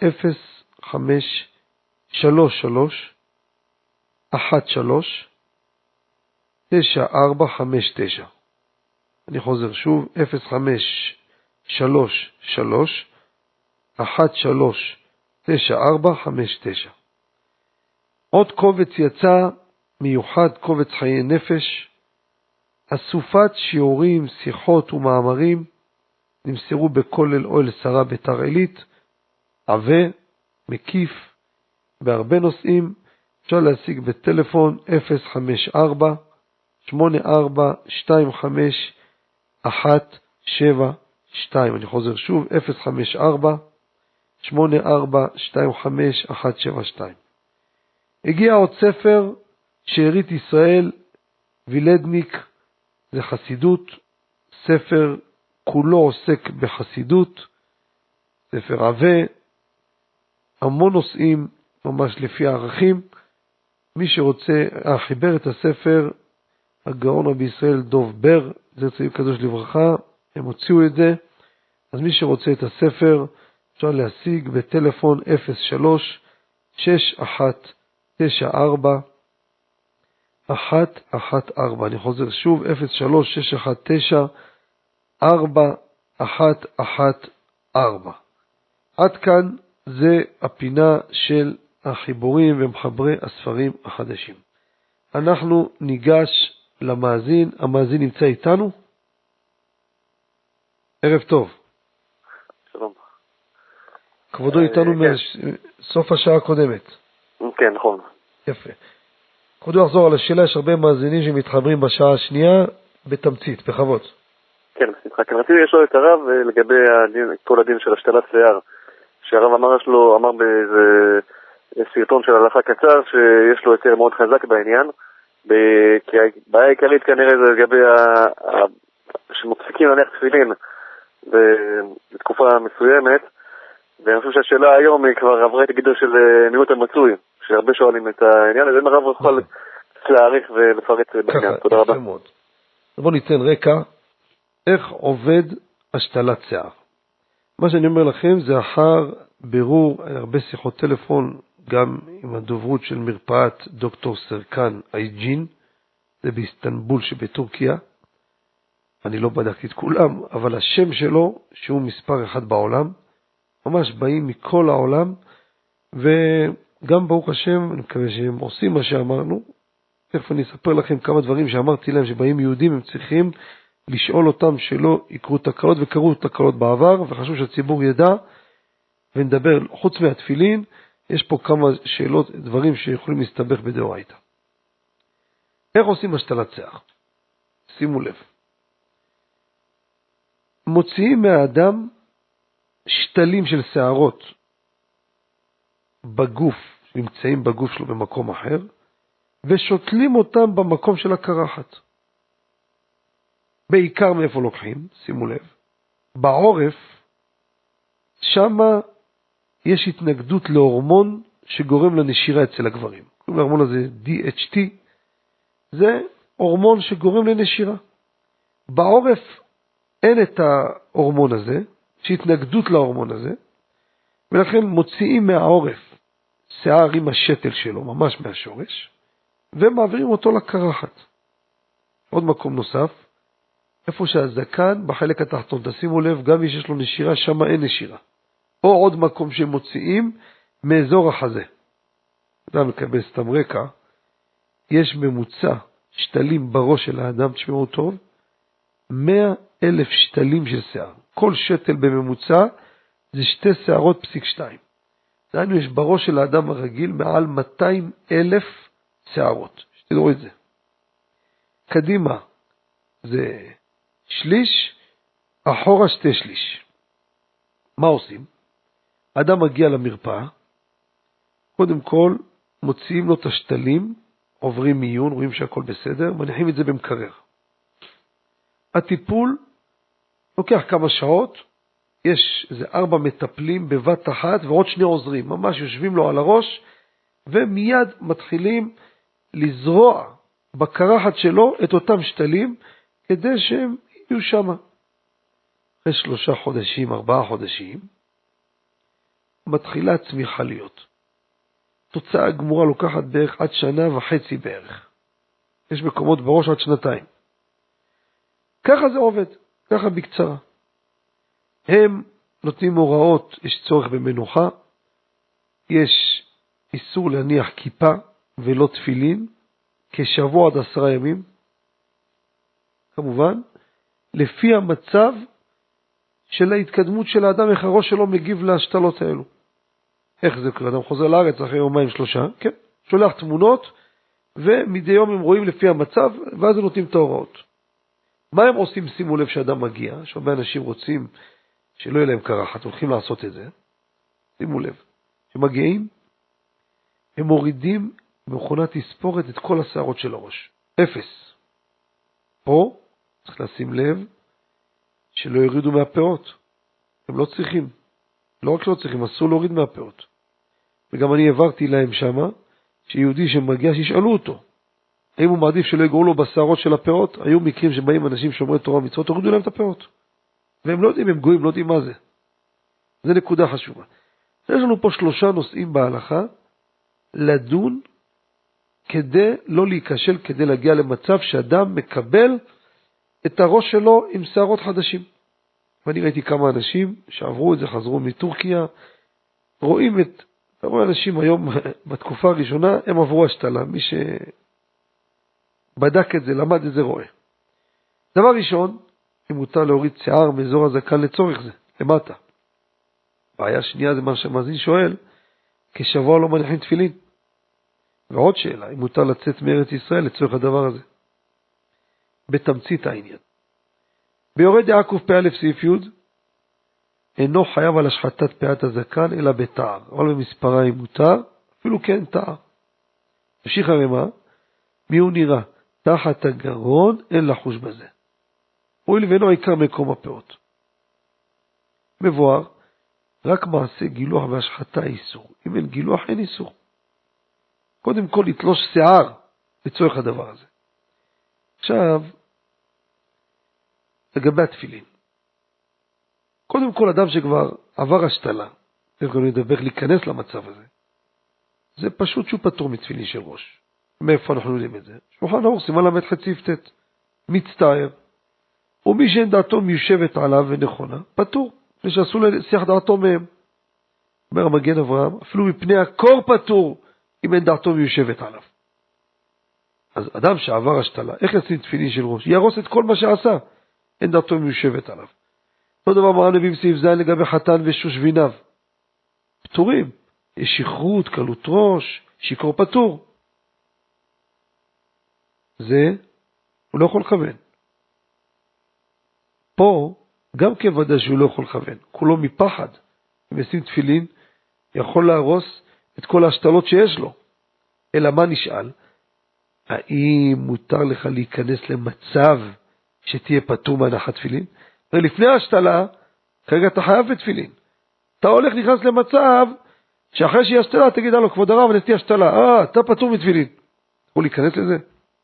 0533-13-9459. אני חוזר שוב, 0533-13-9459. עוד קובץ יצא מיוחד, קובץ חיי נפש, אסופת שיעורים, שיחות ומאמרים, נמסרו בכולל אוהל שרה ביתר עילית, עבה, מקיף, בהרבה נושאים. אפשר להשיג בטלפון 054-8425-172. אני חוזר שוב, 054-8425-172. הגיע עוד ספר, שארית ישראל, וילדניק, זה חסידות, ספר כולו עוסק בחסידות, ספר עבה, המון נושאים ממש לפי הערכים. מי שרוצה, חיבר את הספר הגאון רבי ישראל דוב בר, זה צדיק קדוש לברכה, הם הוציאו את זה. אז מי שרוצה את הספר, אפשר להשיג בטלפון 03-6194-114. אני חוזר שוב, 03-6194-114. עד כאן זה הפינה של החיבורים ומחברי הספרים החדשים. אנחנו ניגש למאזין. המאזין נמצא איתנו. ערב טוב. שלום. כבודו איתנו מסוף השעה הקודמת. כן, נכון. יפה. כבודו לחזור על השאלה, יש הרבה מאזינים שמתחברים בשעה השנייה בתמצית, בכבוד. כן, בשמחה. כן, רציתי לשאול את הרב לגבי כל הדין של השתלת שיער, שהרב אמר באיזה סרטון של הלכה קצר שיש לו יותר מאוד חזק בעניין, כי הבעיה העיקרית כנראה זה לגבי שמפסיקים להניח תפילין בתקופה מסוימת, ואני חושב שהשאלה היום היא כבר עברה את הגדר של מיעוט המצוי, שהרבה שואלים את העניין הזה. אם הרב יכול להעריך ולפרט בעניין. תודה רבה. בואו ניתן רקע איך עובד השתלת שיער. מה שאני אומר לכם זה אחר בירור, הרבה שיחות טלפון גם עם הדוברות של מרפאת דוקטור סרקן אייג'ין, זה באיסטנבול שבטורקיה. אני לא בדקתי את כולם, אבל השם שלו, שהוא מספר אחד בעולם, ממש באים מכל העולם, וגם ברוך השם, אני מקווה שהם עושים מה שאמרנו. תכף אני אספר לכם כמה דברים שאמרתי להם, שבאים יהודים, הם צריכים לשאול אותם שלא יקרו תקלות, וקרו תקלות בעבר, וחשוב שהציבור ידע, ונדבר, חוץ מהתפילין, יש פה כמה שאלות, דברים שיכולים להסתבך בדאורייתא. איך עושים השתלת שיער? שימו לב. מוציאים מהאדם שתלים של שערות בגוף, שנמצאים בגוף שלו במקום אחר, ושותלים אותם במקום של הקרחת. בעיקר מאיפה לוקחים? שימו לב. בעורף, שמה יש התנגדות להורמון שגורם לנשירה אצל הגברים. קוראים להורמון הזה DHT, זה הורמון שגורם לנשירה. בעורף אין את ההורמון הזה, יש התנגדות להורמון הזה, ולכן מוציאים מהעורף שיער עם השתל שלו, ממש מהשורש, ומעבירים אותו לקרחת. עוד מקום נוסף, איפה שהזקן בחלק התחתון, תשימו לב, גם מי שיש לו נשירה, שם אין נשירה. או עוד מקום שמוציאים מאזור החזה. אדם מקבל סתם רקע, יש ממוצע שתלים בראש של האדם, תשמעו טוב, 100,000 שתלים של שיער. כל שתל בממוצע זה 2 שערות פסיק 2. דהיינו יש בראש של האדם הרגיל מעל 200,000 שערות. שתדעו את זה. קדימה זה שליש, אחורה 2/3. מה עושים? האדם מגיע למרפאה, קודם כל מוציאים לו את השתלים, עוברים מיון, רואים שהכל בסדר, מניחים את זה במקרר. הטיפול לוקח כמה שעות, יש איזה 4 מטפלים בבת אחת ועוד 2 עוזרים, ממש יושבים לו על הראש, ומיד מתחילים לזרוע בקרחת שלו את אותם שתלים, כדי שהם יהיו שם. אחרי 3 חודשים, 4 חודשים, מתחילה צמיחה להיות. תוצאה גמורה לוקחת בערך עד 1.5 שנה בערך. יש מקומות בראש עד 2 שנתיים. ככה זה עובד, ככה בקצרה. הם נותנים הוראות, יש צורך במנוחה, יש איסור להניח כיפה ולא תפילין, כשבוע עד 10 ימים. כמובן, לפי המצב של ההתקדמות של האדם, איך הראש שלו מגיב להשתלות האלו. איך זה קורה? אדם חוזר לארץ אחרי 2-3 ימים, כן, שולח תמונות, ומדי יום הם רואים לפי המצב, ואז הם נותנים את ההוראות. מה הם עושים? שימו לב שאדם מגיע, שהרבה אנשים רוצים שלא יהיה להם קרחת, הולכים לעשות את זה. שימו לב, שמגיעים, הם מורידים במכונת תספורת את כל השערות של הראש. 0. פה צריך לשים לב שלא יורידו מהפאות. הם לא צריכים. לא רק שלא צריכים, אסור להוריד מהפאות. וגם אני העברתי להם שמה, שיהודי שמגיע שישאלו אותו, האם הוא מעדיף שלא יגעו לו בשערות של הפירות? היו מקרים שבאים אנשים שומרי תורה ומצוות, הורידו להם את הפירות. והם לא יודעים, הם גויים, לא יודעים מה זה. זה נקודה חשובה. יש לנו פה 3 נושאים בהלכה, לדון כדי לא להיכשל, כדי להגיע למצב שאדם מקבל את הראש שלו עם שערות חדשים. ואני ראיתי כמה אנשים שעברו את זה, חזרו מטורקיה, רואים אתה רואה אנשים היום, בתקופה הראשונה, הם עברו השתלה. מי שבדק את זה, למד את זה, רואה. דבר ראשון, אם מותר להוריד שיער מאזור הזקן לצורך זה, למטה. בעיה שנייה זה מה שהמאזין שואל, כשבוע לא מניחים תפילין. ועוד שאלה, אם מותר לצאת מארץ ישראל לצורך הדבר הזה. בתמצית העניין. ביורד יעקב פ"א סעיף י' אינו חייב על השחטת פאת הזקן אלא בתער, אבל במספריים מותר, אפילו כן תער. המשיך הרמ"א, מי הוא נראה? תחת הגרון אין לחוש בזה. הואיל ואינו עיקר מקום הפאות. מבואר, רק מעשה גילוח והשחטה איסור. אם אין גילוח אין איסור. קודם כל לתלוש שיער לצורך הדבר הזה. עכשיו, לגבי התפילין. קודם כל אדם שכבר עבר השתלה, צריך לדבר להיכנס למצב הזה. זה פשוט שהוא פטור מתפילין של ראש. מאיפה אנחנו יודעים את זה? שולחן ערוך סימן ל"ח ס"ט. מצטער. ומי שאין דעתו מיושבת עליו ונכונה, פטור. ושעשו להסיח דעתו מהם. אומר המגן אברהם, אפילו מפני הקור פטור, אם אין דעתו מיושבת עליו. אז אדם שעבר השתלה, איך ישים תפילין של ראש? ירוס את כל מה שעשה. אין דעתו מיושבת עליו. אותו דבר מרן מביא בסעיף ז' לגבי חתן ושושביניו. פטורים. יש שכרות, קלות ראש, שיקור פטור. זה, הוא לא יכול לכוון. פה, גם כוודא שהוא לא יכול לכוון. כולו מפחד. אם ישים תפילין, יכול להרוס את כל ההשתלות שיש לו. אלא מה נשאל? האם מותר לך להיכנס למצב שתהיה פטור מהנחת תפילין? ולפני ההשתלה, כרגע אתה חייב בתפילין. אתה הולך נכנס למצב שאחרי שהיא השתלה, תגיד לו, כבוד הרב, נעשתי השתלה. אתה פטור מתפילין. יכול להיכנס לזה?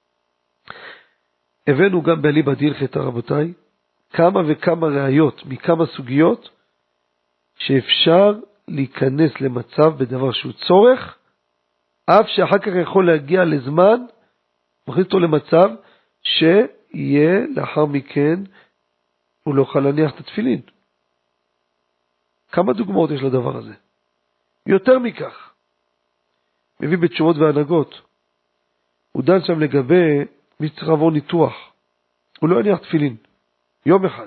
הבאנו גם באליבא דהלכתא רבותיי, כמה וכמה ראיות מכמה סוגיות שאפשר להיכנס למצב בדבר שהוא צורך, אף שאחר כך יכול להגיע לזמן, מכניס אותו למצב שיהיה לאחר מכן, הוא לא יוכל להניח את התפילין. כמה דוגמאות יש לדבר הזה? יותר מכך, מביא בתשובות והנהגות, הוא דן שם לגבי מי שצריך לעבור ניתוח, הוא לא יניח תפילין, יום אחד.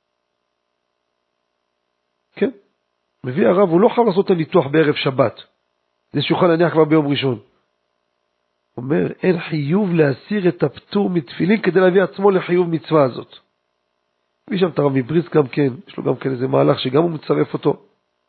כן? מביא הרב, הוא לא חייב לעשות את הניתוח בערב שבת, זה שיוכל להניח כבר ביום ראשון. הוא אומר, אין חיוב להסיר את הפטור מתפילין כדי להביא עצמו לחיוב מצווה הזאת. מביא שם את הרב מבריסק גם כן, יש לו גם כן איזה מהלך שגם הוא מצרף אותו.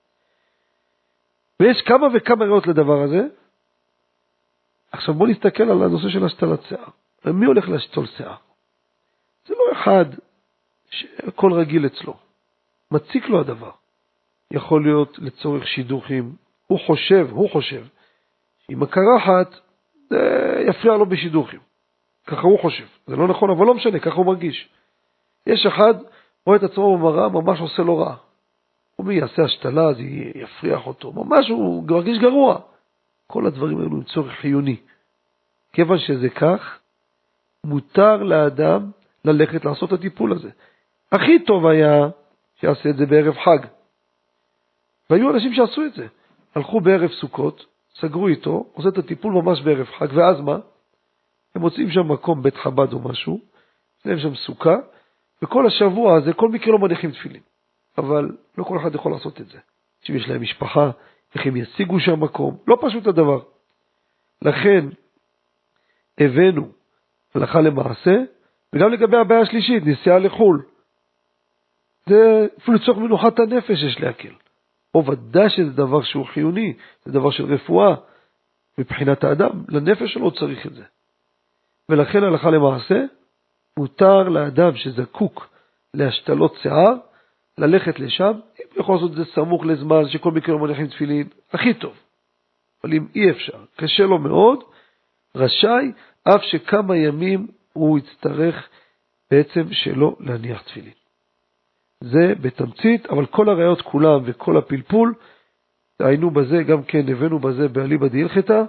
ויש כמה וכמה ראיות לדבר הזה. עכשיו בוא נסתכל על הנושא של השתלת שיער. מי הולך להשתול שיער? זה לא אחד שהכל רגיל אצלו. מציק לו הדבר. יכול להיות לצורך שידוכים. הוא חושב, עם הקרחת זה יפריע לו בשידוכים. ככה הוא חושב. זה לא נכון, אבל לא משנה, ככה הוא מרגיש. יש אחד, רואה את עצמו במראה, ממש עושה לו רע. ומי יעשה השתלה, אז יפריח אותו. ממש הוא מרגיש גרוע. כל הדברים האלו הם צורך חיוני. כיוון שזה כך, מותר לאדם ללכת לעשות את הטיפול הזה. הכי טוב היה שיעשה את זה בערב חג. והיו אנשים שעשו את זה. הלכו בערב סוכות, סגרו איתו, עושה את הטיפול ממש בערב חג, ואז מה? הם מוצאים שם מקום בית חב"ד או משהו, יש להם שם סוכה, וכל השבוע הזה, כל מקרה לא מניחים תפילין. אבל לא כל אחד יכול לעשות את זה. שיש להם משפחה, איך הם ישיגו שם מקום, לא פשוט הדבר. לכן, הבאנו הלכה למעשה, וגם לגבי הבעיה השלישית, נסיעה לחול. זה אפילו צורך מנוחת הנפש יש להקל. או ודאי שזה דבר שהוא חיוני, זה דבר של רפואה, מבחינת האדם, לנפש שלו צריך את זה. ולכן הלכה למעשה, מותר לאדם שזקוק להשתלות שיער, ללכת לשם, אם יכול לעשות את זה סמוך לזמן, שכל מקרה מניחים תפילין, הכי טוב. אבל אם אי אפשר, קשה לו מאוד, רשאי, אף שכמה ימים הוא יצטרך בעצם שלא להניח תפילין. זה בתמצית, אבל כל הראיות כולם וכל הפלפול, היינו בזה, גם כן הבאנו בזה באליבא דהילכתא.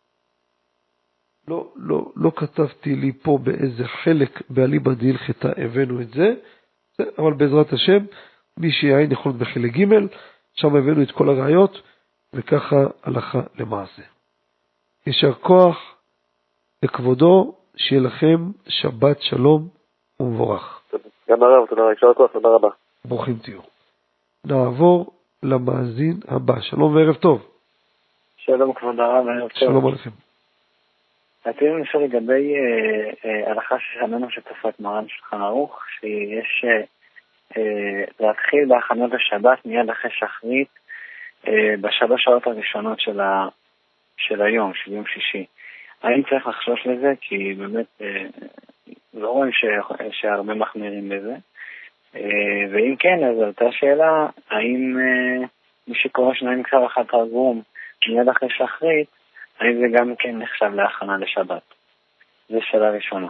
לא כתבתי לי פה באיזה חלק באליבא דהילכתא הבאנו את זה, אבל בעזרת השם, מי שיעין יכול להיות בחלק ג', שם הבאנו את כל הראיות, וככה הלכה למעשה. יישר כוח לכבודו, שיהיה לכם שבת שלום ומבורך. גם הרב, תודה רבה, יישר כוח, תודה רבה. ברוכים תהיו. נעבור למאזין הבא. שלום וערב טוב. שלום כבוד הרב, ערב טוב. שלום עליכם. רציתי לשאול לגבי הלכה ששמענו שתפסת מרן שולחן ערוך, שיש להתחיל בהכנות השבת מיד אחרי שחרית בשלוש שעות הראשונות של היום, של יום שישי. האם צריך לחשוש לזה? כי באמת לא רואים שהרבה מחמירים בזה. ואם כן, אז עלתה שאלה, האם מי שקורא שניים מקצר אחד תרגום מיד אחרי שחרית, האם זה גם כן נחשב להכנה לשבת? זו שאלה ראשונה.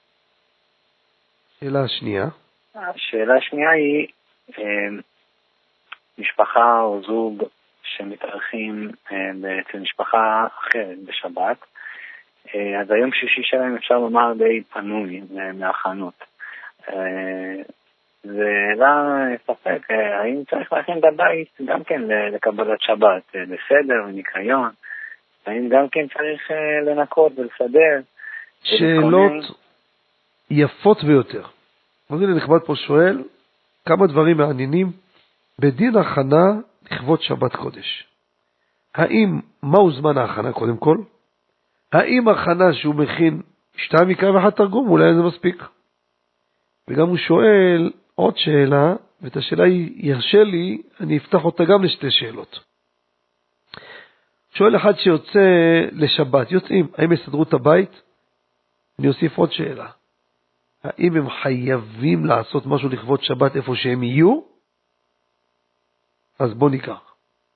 שאלה שנייה. השאלה השנייה היא, משפחה או זוג שמתארחים בעצם משפחה אחרת בשבת, אז היום שישי שלהם אפשר לומר די פנוי מהכנות. ואלה ספק, האם צריך להכין את הבית גם כן לקבלת שבת, בסדר וניקיון, האם גם כן צריך לנקות ולסדר? שאלות יפות ביותר. מוזיל נכבד פה שואל כמה דברים מעניינים בדין הכנה לכבוד שבת קודש. האם, מהו זמן ההכנה קודם כל? האם הכנה שהוא מכין 2 מקרא ואחד תרגום, אולי זה מספיק? וגם הוא שואל עוד שאלה, ואת השאלה היא ירשה לי, אני אפתח אותה גם לשתי שאלות. שואל אחד שיוצא לשבת, יוצאים, האם יסדרו את הבית? אני אוסיף עוד שאלה. האם הם חייבים לעשות משהו לכבוד שבת איפה שהם יהיו? אז בוא ניקח.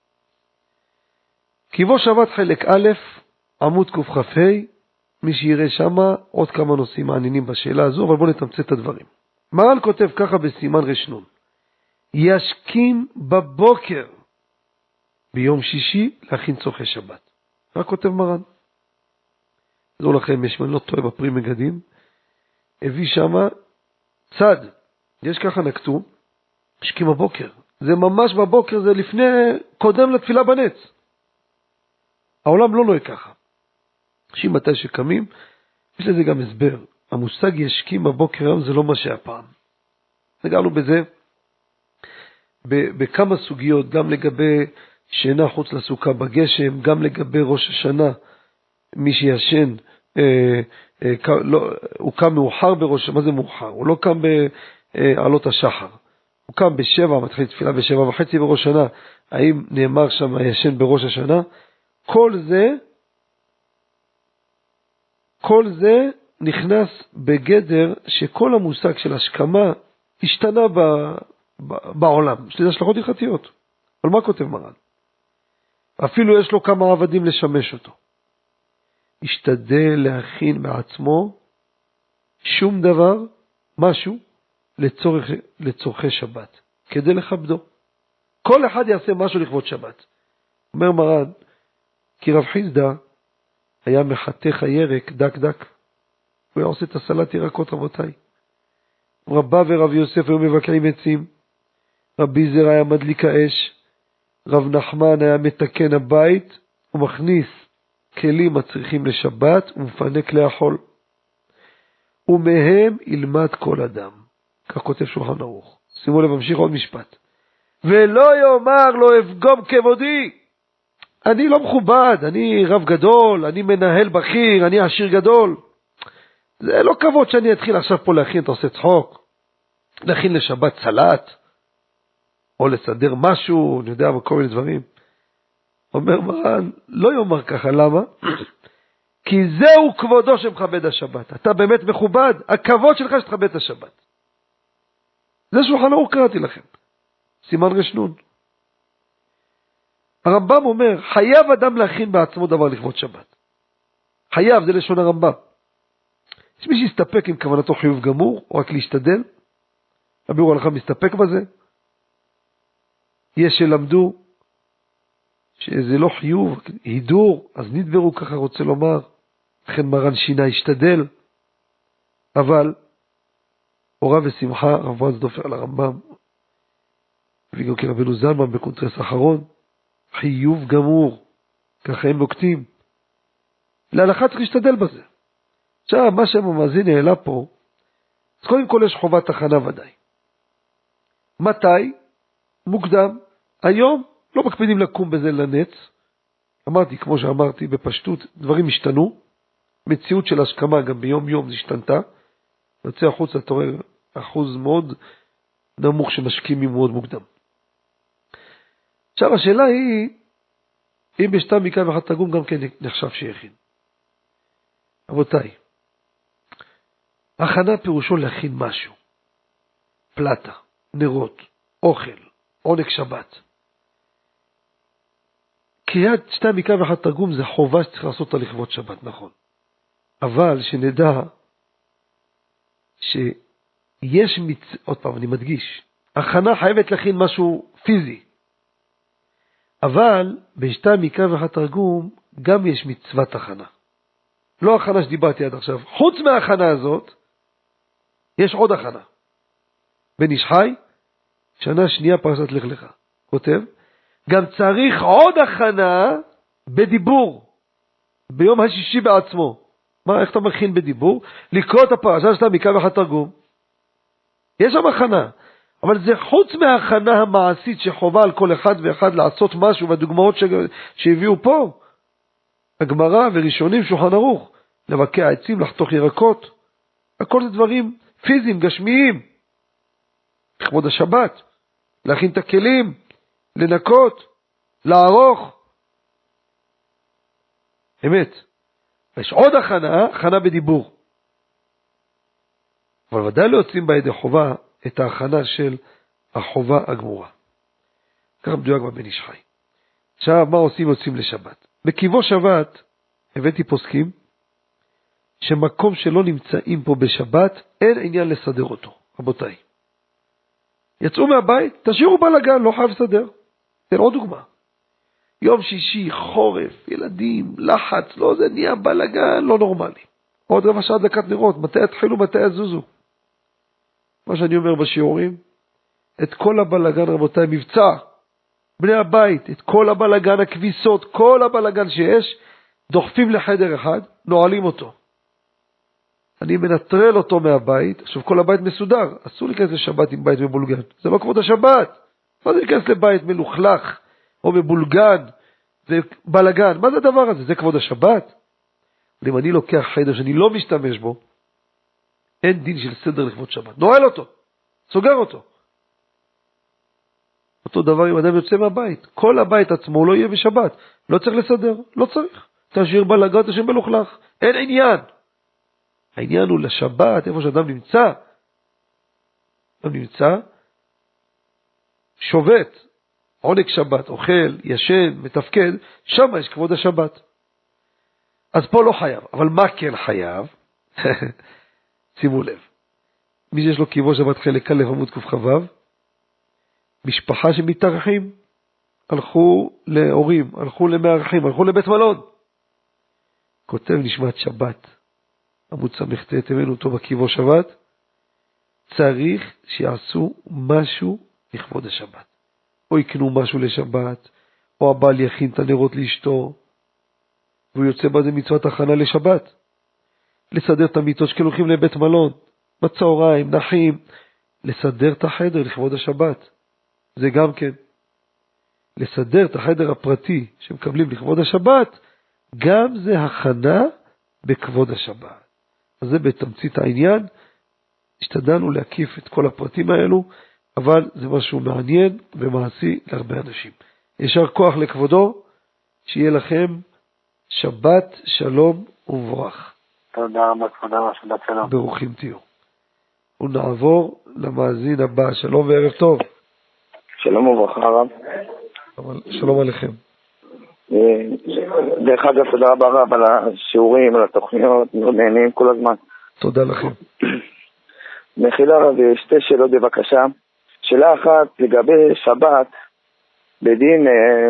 כיבוד שבת חלק א', עמוד קכ"ה, מי שיראה שמה עוד כמה נושאים מעניינים בשאלה הזו, אבל בוא נתמצת את הדברים. מרן כותב ככה בסימן רשנון, ישכים בבוקר ביום שישי להכין צורכי שבת. רק כותב מרן. זו לכם, יש לא טועה בפרי מגדים, הביא שמה צד, יש ככה נקטו, ישכים בבוקר. זה ממש בבוקר, זה לפני, קודם לתפילה בנץ. העולם לא נוהג ככה. אנשים מתי שקמים, יש לזה גם הסבר. המושג ישכים בבוקר היום זה לא מה שהיה פעם. נגענו בזה בכמה סוגיות, גם לגבי שינה חוץ לסוכה בגשם, גם לגבי ראש השנה, מי שישן, הוא קם מאוחר בראש, מה זה מאוחר? הוא לא קם בעלות השחר. הוא קם ב7, מתחיל תפילה ב7:30 בראש השנה. האם נאמר שם הישן בראש השנה? כל זה נכנס בגדר שכל המושג של השכמה השתנה בעולם. יש לזה השלכות הלכתיות. אבל מה כותב מרן? אפילו יש לו כמה עבדים לשמש אותו. השתדל להכין בעצמו שום דבר, משהו, לצורכי שבת, כדי לכבדו. כל אחד יעשה משהו לכבוד שבת. אומר מרן, כי רב חיסדא היה מחתך הירק דק דק. הוא היה עושה את הסלט ירקות, רבותיי. רבא ורב יוסף היו מבקעים עצים. רבי זר היה מדליק האש. רב נחמן היה מתקן הבית. הוא מכניס כלים הצריכים לשבת ומפנק לאכול. ומהם ילמד כל אדם. כך כותב שולחן ערוך. שימו לב, ממשיך עוד משפט. ולא יאמר לא אפגום כבודי. אני לא מכובד, אני רב גדול, אני מנהל בכיר, אני עשיר גדול. זה לא כבוד שאני אתחיל עכשיו פה להכין, אתה עושה צחוק, להכין לשבת סלט, או לסדר משהו, אני יודע, כל מיני דברים. אומר מרן, לא יאמר ככה, למה? כי זהו כבודו שמכבד השבת. אתה באמת מכובד, הכבוד שלך שתכבד את השבת. זה שולחן ערוך קראתי לכם. סימן רשנון. הרמב"ם אומר, חייב אדם להכין בעצמו דבר לכבוד שבת. חייב, זה לשון הרמב"ם. יש מי שיסתפק עם כוונתו חיוב גמור, או רק להשתדל. הביאור הלכה מסתפק בזה. יש שלמדו שזה לא חיוב, הידור, אז נדברו, ככה רוצה לומר. לכן מרן שינה השתדל. אבל הורה ושמחה, רב בועז דופר על הרמב"ם, וגם כרבנו זלמן בקונטרס האחרון, חיוב גמור, ככה הם נוקטים. להלכה צריך להשתדל בזה. עכשיו, מה שהמאזין העלה פה, אז קודם כל יש חובת הכנה ודאי. מתי? מוקדם. היום לא מקפידים לקום בזה לנץ. אמרתי, כמו שאמרתי בפשטות, דברים השתנו. מציאות של השכמה גם ביום יום זה השתנתה. יוצא החוץ, אתה רואה אחוז מאוד נמוך שמשקיעים מאוד מוקדם. עכשיו השאלה היא, אם בשתם מכאן ואחת תגום גם כן נחשב שיכין. רבותיי, הכנה פירושו להכין משהו. פלטה, נרות, אוכל, עונג שבת. קריאת שתם מכאן ואחת תגום זה חובה שצריך לעשות אותה לכבוד שבת, נכון. אבל שנדע שיש עוד פעם, אני מדגיש, הכנה חייבת להכין משהו פיזי. אבל בשתם מכאן ואחת תרגום גם יש מצוות הכנה. לא הכנה שדיברתי עד עכשיו. חוץ מההכנה הזאת, יש עוד הכנה. בן איש חי, שנה שנייה פרשת לך לך. כותב, גם צריך עוד הכנה בדיבור. ביום השישי בעצמו. מה, איך אתה מכין בדיבור? לקרוא את הפרשה שאתה מכאן ואחת תרגום. יש שם הכנה. אבל זה חוץ מההכנה המעשית שחובה על כל אחד ואחד לעשות משהו, והדוגמאות שהביאו פה, הגמרא וראשונים שולחן ערוך, לבקע עצים, לחתוך ירקות, הכל זה דברים פיזיים, גשמיים, לכבוד השבת, להכין את הכלים, לנקות, לערוך. אמת. יש עוד הכנה בדיבור. אבל ודאי לא יוצאים בידי חובה את ההכנה של החובה הגמורה. ככה מדויק בבן איש חי. עכשיו, מה עושים? יוצאים לשבת. בקיבו שבת, הבאתי פוסקים, שמקום שלא נמצאים פה בשבת, אין עניין לסדר אותו. רבותיי, יצאו מהבית, תשאירו בלגן, לא חייב לסדר. תן עוד דוגמה. יום שישי, חורף, ילדים, לחץ, לא, זה נהיה בלגן, לא נורמלי. עוד רבע שעה דקת נרות, מתי יתחילו, מתי יזוזו. מה שאני אומר בשיעורים, את כל הבלגן, רבותיי, מבצע, בני הבית, את כל הבלגן, הכביסות, כל הבלגן שיש, דוחפים לחדר אחד, נועלים אותו. אני מנטרל אותו מהבית, עכשיו כל הבית מסודר, אסור להיכנס לשבת עם בית מבולגן, זה לא כבוד השבת. מה זה להיכנס לבית מלוכלך, או מבולגן, ובלגן, מה זה הדבר הזה? זה כבוד השבת? אם אני לוקח חדר שאני לא משתמש בו, אין דין של סדר לכבוד שבת. נועל אותו, סוגר אותו. אותו דבר אם אדם יוצא מהבית. כל הבית עצמו לא יהיה בשבת. לא צריך לסדר, לא צריך. תשאיר בלגן, תשאיר מלוכלך. אין עניין. העניין הוא לשבת, איפה שאדם נמצא. אדם נמצא, שובת, עונג שבת, אוכל, ישן, מתפקד, שם יש כבוד השבת. אז פה לא חייב. אבל מה כן חייב? שימו לב, מי שיש לו קיבו שבת חלק א' עמוד קכ"ו, משפחה שמתארחים, הלכו להורים, הלכו למארחים, הלכו לבית מלון, כותב נשמת שבת, עמוד ס"ט, הבאנו אותו בקיבו שבת, צריך שיעשו משהו לכבוד השבת, או יקנו משהו לשבת, או הבעל יכין את הנרות לאשתו, והוא יוצא בזה מצוות הכנה לשבת, לסדר את המיטות שכן הולכים לבית מלון, בצהריים, נחים, לסדר את החדר לכבוד השבת. זה גם כן. לסדר את החדר הפרטי שמקבלים לכבוד השבת, גם זה הכנה בכבוד השבת. אז זה בתמצית העניין. השתדלנו להקיף את כל הפרטים האלו, אבל זה משהו מעניין ומעשי להרבה אנשים. ישר כוח לכבודו, שיהיה לכם שבת שלום ומבורך. תודה רבה, תודה רבה, שבת שלום. ברוכים תהיו. ונעבור למאזין הבא. שלום וערב טוב. שלום וברכה רב. שלום עליכם. דרך אגב, תודה רבה רב על השיעורים, על התוכניות, מאוד נהנים כל הזמן. תודה לכם. מחילה רב, שתי שאלות בבקשה. שאלה אחת לגבי שבת, בדין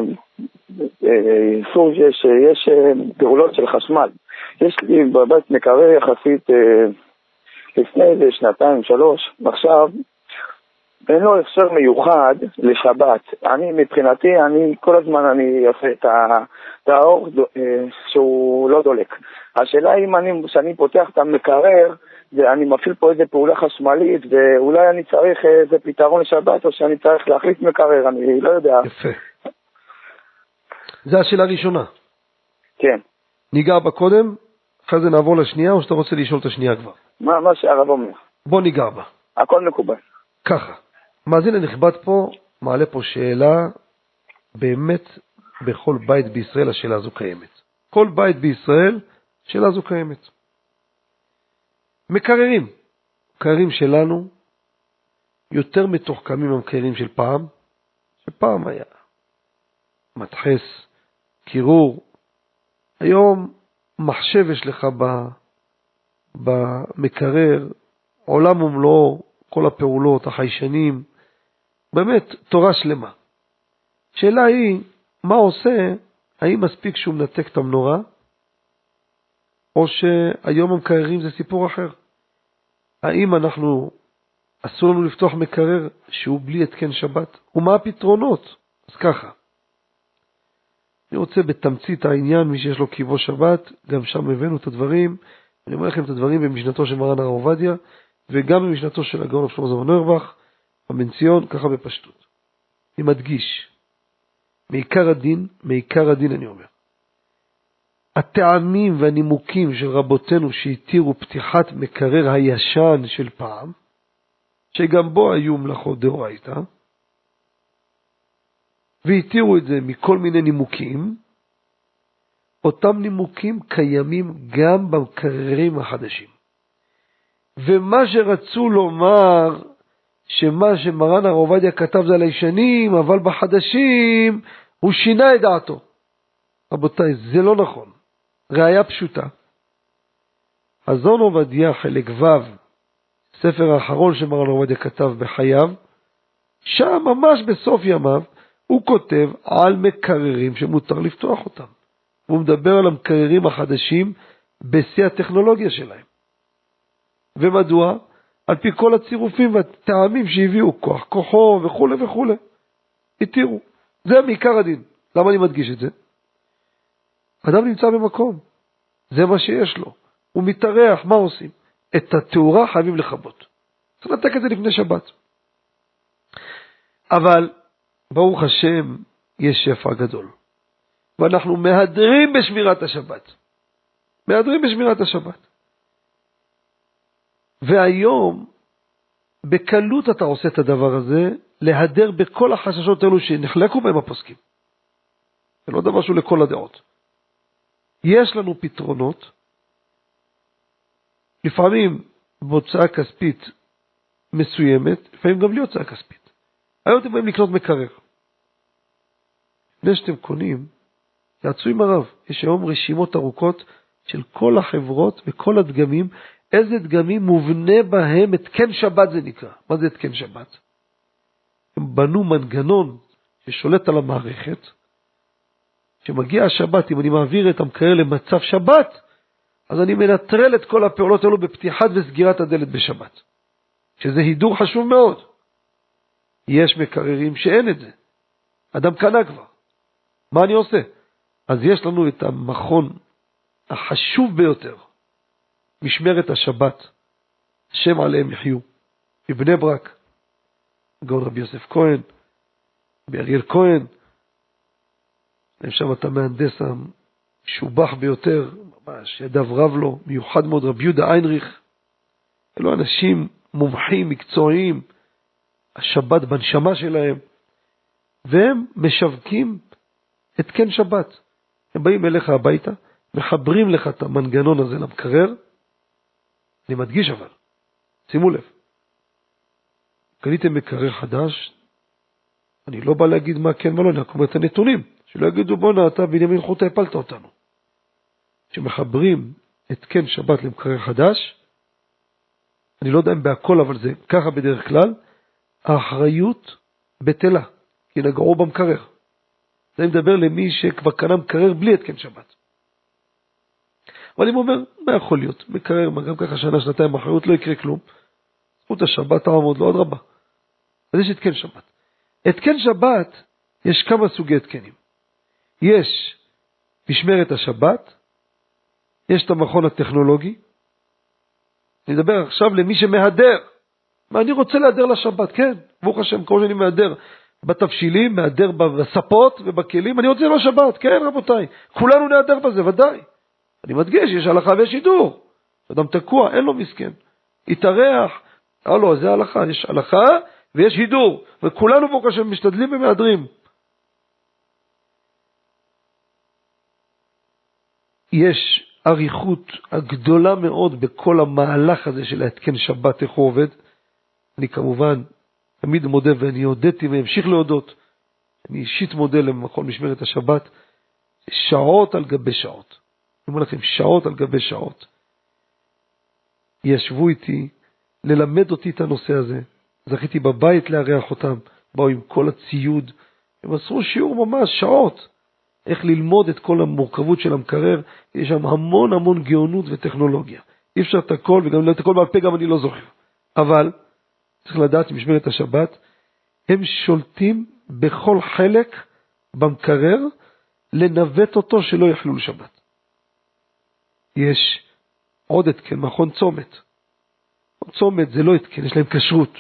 איסור שיש פעולות של חשמל. יש לי בבית מקרר יחסית לפני איזה 2-3, ועכשיו אין לו אפשר מיוחד לשבת. אני מבחינתי, כל הזמן אני עושה את האור שהוא לא דולק. השאלה אם כשאני פותח את המקרר, אני מפעיל פה איזה פעולה חשמלית, ואולי אני צריך איזה פתרון לשבת, או שאני צריך להחליף מקרר, אני לא יודע. יפה. זו השאלה הראשונה. כן. ניגע בה קודם, אחרי זה נעבור לשנייה, או שאתה רוצה לשאול את השנייה כבר? מה שהרב אומר. בוא ניגע בה. הכל מקובל. ככה. מאזין הנכבד פה, מעלה פה שאלה, באמת בכל בית בישראל השאלה הזו קיימת. כל בית בישראל, השאלה הזו קיימת. מקררים. מקררים שלנו יותר מתוחכמים מהמקררים של פעם, שפעם היה מדחס, קירור. היום מחשב יש לך במקרר, עולם ומלואו, כל הפעולות, החיישנים, באמת תורה שלמה. שאלה היא, מה עושה? האם מספיק שהוא מנתק את המנורה, או שהיום המקררים זה סיפור אחר? האם אסור לנו לפתוח מקרר שהוא בלי התקן שבת? ומה הפתרונות? אז ככה. אני רוצה בתמצית העניין, מי שיש לו קיבו שבת, גם שם הבאנו את הדברים. אני אומר לכם את הדברים במשנתו של מרן הרב עובדיה, וגם במשנתו של הגאון שלמה זלמן אוירבך, בבן ציון, ככה בפשטות. אני מדגיש, מעיקר הדין אני אומר, הטעמים והנימוקים של רבותינו שהתירו פתיחת מקרר הישן של פעם, שגם בו היו מלאכות דאורייתא, והתירו את זה מכל מיני נימוקים, אותם נימוקים קיימים גם במקררים החדשים. ומה שרצו לומר, שמה שמרן הרב עובדיה כתב זה על הישנים, אבל בחדשים הוא שינה את דעתו. רבותיי, זה לא נכון. ראיה פשוטה. חזון עובדיה חלק ו', ספר האחרון שמרן הרב עובדיה כתב בחייו, שם ממש בסוף ימיו, הוא כותב על מקררים שמותר לפתוח אותם. הוא מדבר על המקררים החדשים בשיא הטכנולוגיה שלהם. ומדוע? על פי כל הצירופים והטעמים שהביאו, כוחו וכו' וכו'. התירו. זה מעיקר הדין. למה אני מדגיש את זה? אדם נמצא במקום. זה מה שיש לו. הוא מתארח, מה עושים? את התאורה חייבים לכבות. צריך לתק את זה לפני שבת. אבל ברוך השם יש שפע גדול. ואנחנו מהדרים בשמירת השבת. מהדרים בשמירת השבת. והיום, בקלות אתה עושה את הדבר הזה, להדר בכל החששות האלו שנחלקו בהם הפוסקים. זה לא דבר שהוא לכל הדעות. יש לנו פתרונות, לפעמים בהוצאה כספית מסוימת, לפעמים גם בלי הוצאה כספית. היום אתם באים לקנות מקרר. לפני שאתם קונים, יעצו עם הרב. יש היום רשימות ארוכות של כל החברות וכל הדגמים, איזה דגמים מובנה בהם התקן שבת זה נקרא. מה זה התקן שבת? הם בנו מנגנון ששולט על המערכת, שמגיע השבת, אם אני מעביר את המקרר למצב שבת, אז אני מנטרל את כל הפעולות האלו בפתיחת וסגירת הדלת בשבת. שזה הידור חשוב מאוד. יש מקררים שאין את זה. אדם קנה כבר. מה אני עושה? אז יש לנו את המכון החשוב ביותר, משמרת השבת, השם עליהם יחיו, בבני ברק, גאון רבי יוסף כהן, באריאל כהן, שם אתה מהנדס המשובח ביותר, ממש ידיו רב לו, מיוחד מאוד, רבי יהודה איינריך, אלו אנשים מומחים, מקצועיים, השבת בנשמה שלהם, והם משווקים התקן שבת. הם באים אליך הביתה, מחברים לך את המנגנון הזה למקרר, אני מדגיש אבל, שימו לב, קניתם מקרר חדש, אני לא בא להגיד מה כן ולא, אני רק אומר את הנתונים, שלא יגידו בוא אתה בנימין חוטה הפלת אותנו. כשמחברים התקן שבת למקרר חדש, אני לא יודע אם בהכל, אבל זה ככה בדרך כלל, האחריות בטלה, כי נגעו במקרר. אני מדבר למי שכבר קנה מקרר בלי התקן שבת. אבל אם אומר, מה יכול להיות? מקרר, מה גם ככה שנה, שנתיים אחריות, לא יקרה כלום. זכות השבת תעמוד לו עוד רבה. אז יש התקן שבת. התקן שבת, יש כמה סוגי התקנים. יש משמרת השבת, יש את המכון הטכנולוגי. אני מדבר עכשיו למי שמהדר. מה אני רוצה להדר לשבת? כן, ברוך השם, כמו שאני מהדר בתבשילים, מהדר בספות ובכלים, אני רוצה לשבת, כן רבותיי, כולנו נהדר בזה, ודאי. אני מדגיש, יש הלכה ויש שידור. אדם תקוע, אין לו מסכן. יתארח, לא, זה הלכה, יש הלכה ויש הידור, וכולנו ברוך השם משתדלים ומהדרים. יש עריכות הגדולה מאוד בכל המהלך הזה של להתקן שבת, איך הוא עובד. אני כמובן תמיד מודה, ואני הודיתי והמשיך להודות. אני אישית מודה למכון משמרת השבת, שעות על גבי שעות. אני אומר לכם, שעות על גבי שעות. ישבו איתי, ללמד אותי את הנושא הזה. זכיתי בבית לארח אותם, באו עם כל הציוד. הם עשו שיעור ממש, שעות. איך ללמוד את כל המורכבות של המקרר. יש שם המון המון גאונות וטכנולוגיה. אי אפשר את הכל, וגם את הכל בעל פה גם אני לא זוכר. אבל צריך לדעת משמרת השבת, הם שולטים בכל חלק במקרר, לנווט אותו שלא יחלול שבת. יש עוד התקן, מכון צומת. צומת זה לא התקן, יש להם כשרות.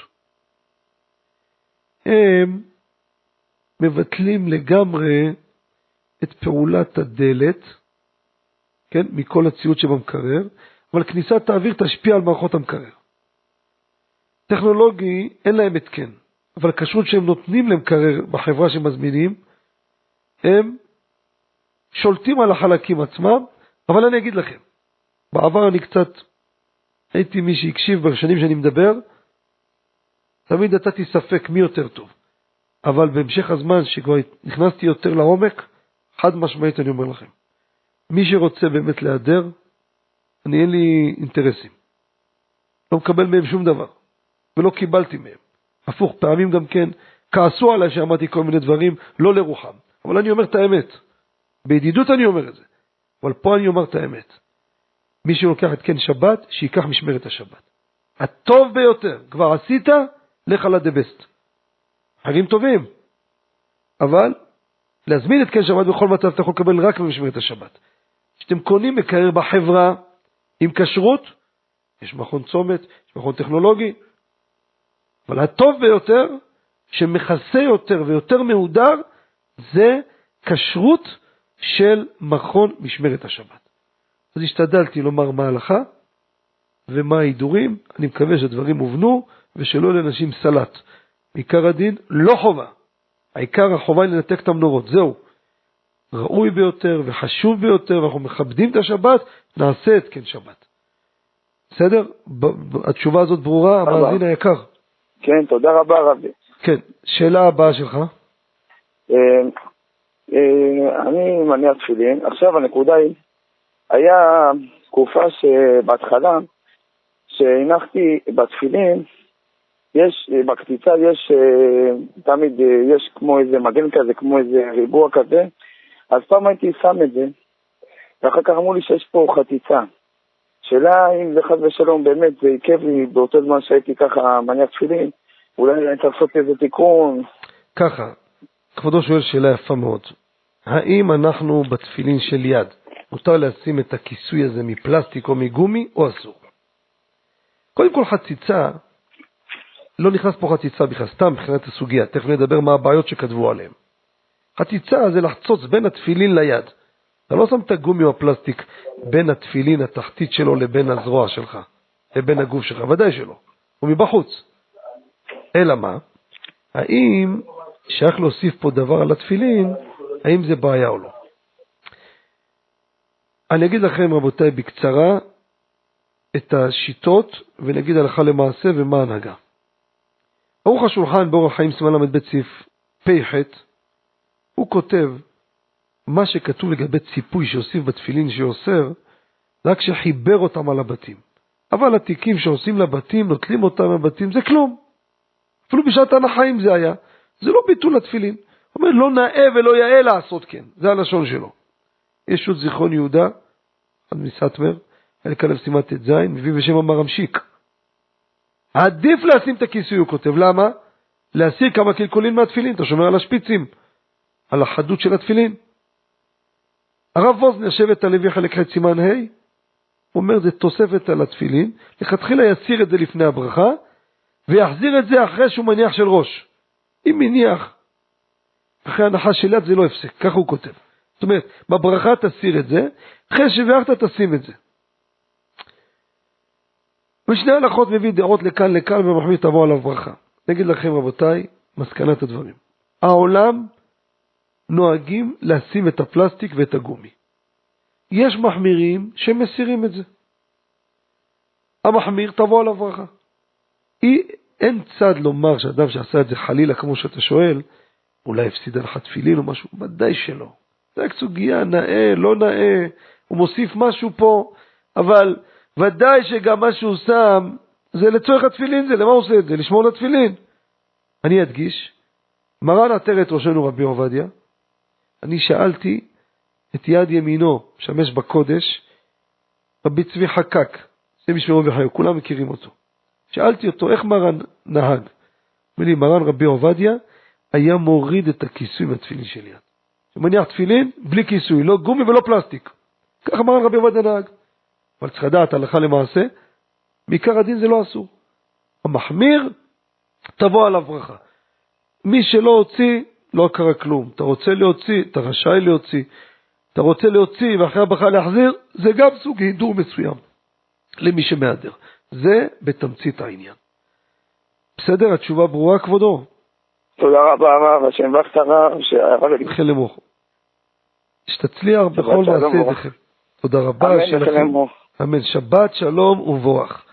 הם מבטלים לגמרי את פעולת הדלת, כן, מכל הציוד שבמקרר, אבל כניסת האוויר תשפיע על מערכות המקרר. טכנולוגי אין להם התקן, אבל כשרות שהם נותנים למקרר בחברה שמזמינים, הם שולטים על החלקים עצמם, אבל אני אגיד לכם, בעבר אני קצת הייתי מי שהקשיב בשנים שאני מדבר, תמיד נתתי ספק מי יותר טוב, אבל בהמשך הזמן שכבר נכנסתי יותר לעומק, חד משמעית אני אומר לכם, מי שרוצה באמת להדר, אני אין לי אינטרסים, לא מקבל מהם שום דבר, ולא קיבלתי מהם. הפוך, פעמים גם כן כעסו עליי שאמרתי כל מיני דברים לא לרוחם, אבל אני אומר את האמת, בידידות אני אומר את זה, אבל פה אני אומר את האמת. מי שלוקח את כן שבת, שיקח משמרת השבת. הטוב ביותר, כבר עשית, לך על הדבסט. אחרים טובים, אבל להזמין את כן שבת בכל מצב אתה יכול לקבל רק במשמרת השבת. כשאתם קונים מקרר בחברה עם כשרות, יש מכון צומת, יש מכון טכנולוגי, אבל הטוב ביותר, שמכסה יותר ויותר מהודר, זה כשרות של מכון משמרת השבת. אז השתדלתי לומר מה ההלכה ומה ההידורים. אני מקווה שדברים הובנו ושלא לנשים סלט. עיקר הדין לא חובה. העיקר החובה היא לנתק את המנורות. זהו. ראוי ביותר וחשוב ביותר, ואנחנו מכבדים את השבת, נעשה את כן שבת. בסדר? התשובה הזאת ברורה, המאזין היקר. כן, תודה רבה רבי. כן, שאלה הבאה שלך. אני מניע תפילין. עכשיו הנקודה היא, היה תקופה שבהתחלה, שהנחתי בתפילין, יש, בקציצה יש, תמיד יש כמו איזה מגן כזה, כמו איזה ריבוע כזה, אז פעם הייתי שם את זה, ואחר כך אמרו לי שיש פה חציצה. שאלה אם זה חד ושלום באמת, זה עיקב לי באותו זמן שהייתי ככה מניע תפילין, אולי אני צריך לעשות איזה תיקון. ככה, כבודו שואל שאלה יפה מאוד. האם אנחנו בתפילין של יד, מותר לשים את הכיסוי הזה מפלסטיק או מגומי או אסור? קודם כל חציצה, לא נכנס פה חציצה בכלל, סתם מבחינת הסוגיה, תכף נדבר מה הבעיות שכתבו עליהם. חציצה זה לחצוץ בין התפילין ליד. אתה לא שם את הגומי או הפלסטיק בין התפילין התחתית שלו לבין הזרוע שלך, לבין הגוף שלך, ודאי שלא, הוא מבחוץ. אלא מה? האם שייך להוסיף פה דבר על התפילין, האם זה בעיה או לא? אני אגיד לכם רבותיי בקצרה את השיטות ונגיד הלכה למעשה ומה הנהגה. ערוך השולחן באורח חיים סימן למד בית סעיף פ"ח, הוא כותב מה שכתוב לגבי ציפוי שהוסיף בתפילין שאוסר, רק שחיבר אותם על הבתים. אבל התיקים שעושים לבתים, נוטלים אותם מהבתים, זה כלום. אפילו בשעת הנחיים זה היה. זה לא ביטול התפילין. הוא אומר, לא נאה ולא יאה לעשות כן. זה הלשון שלו. יש עוד זיכרון יהודה, עד מסתמר, אל כלב שימת את זין, מביא בשם המרמשיק. עדיף לשים את הכיסוי, הוא כותב. למה? להסיר כמה קלקולים מהתפילין. אתה שומר על השפיצים, על החדות של התפילין. הרב ווזנר, שבט הלוי חלק ח' סימן ה', הוא אומר, זה תוספת על התפילין, לכתחילה יסיר את זה לפני הברכה, ויחזיר את זה אחרי שהוא מניח של ראש. אם מניח, אחרי הנחה של יד זה לא הפסק, ככה הוא כותב. זאת אומרת, בברכה תסיר את זה, אחרי שבאחת תשים את זה. ושני הלכות מביא דעות לכאן ומחמיר תבוא עליו ברכה. נגיד לכם רבותיי, מסקנת הדברים. העולם נוהגים לשים את הפלסטיק ואת הגומי. יש מחמירים שמסירים את זה. המחמיר תבוא עליו ברכה. אין צד לומר שאדם שעשה את זה חלילה כמו שאתה שואל, אולי הפסיד לך תפילין או משהו, ודאי שלא. זה סוגיה, נאה, לא נאה, הוא מוסיף משהו פה, אבל ודאי שגם מה שהוא שם, זה לצורך התפילין, זה למה הוא עושה את זה? לשמור לתפילין. אני אדגיש, מרן עטר את ראשנו רבי עובדיה, אני שאלתי את יד ימינו, שמש בקודש, רבי צבי חקק, זה משמרו וחיו, כולם מכירים אותו. שאלתי אותו, איך מרן נהג? אומר לי, מרן רבי עובדיה היה מוריד את הכיסוי מהתפילין של יד. הוא מניח תפילין בלי כיסוי, לא גומי ולא פלסטיק. ככה מרן רבי עובדיה נהג. אבל צריך לדעת, הלכה למעשה, מעיקר הדין זה לא אסור. המחמיר, תבוא עליו ברכה. מי שלא הוציא, לא קרה כלום. אתה רוצה להוציא, אתה רשאי להוציא. אתה רוצה להוציא ואחרי הברכה להחזיר, זה גם סוג הידור מסוים. למי שמהדר. זה בתמצית העניין. בסדר, התשובה ברורה כבודו? תודה רבה הרב, השם ברכת הרב, שהרב יגיד. לכן למוך. שתצליח בכל מעשה ידיכם. תודה רבה. אמן, לכן למוך. אמן, שבת שלום ובורך.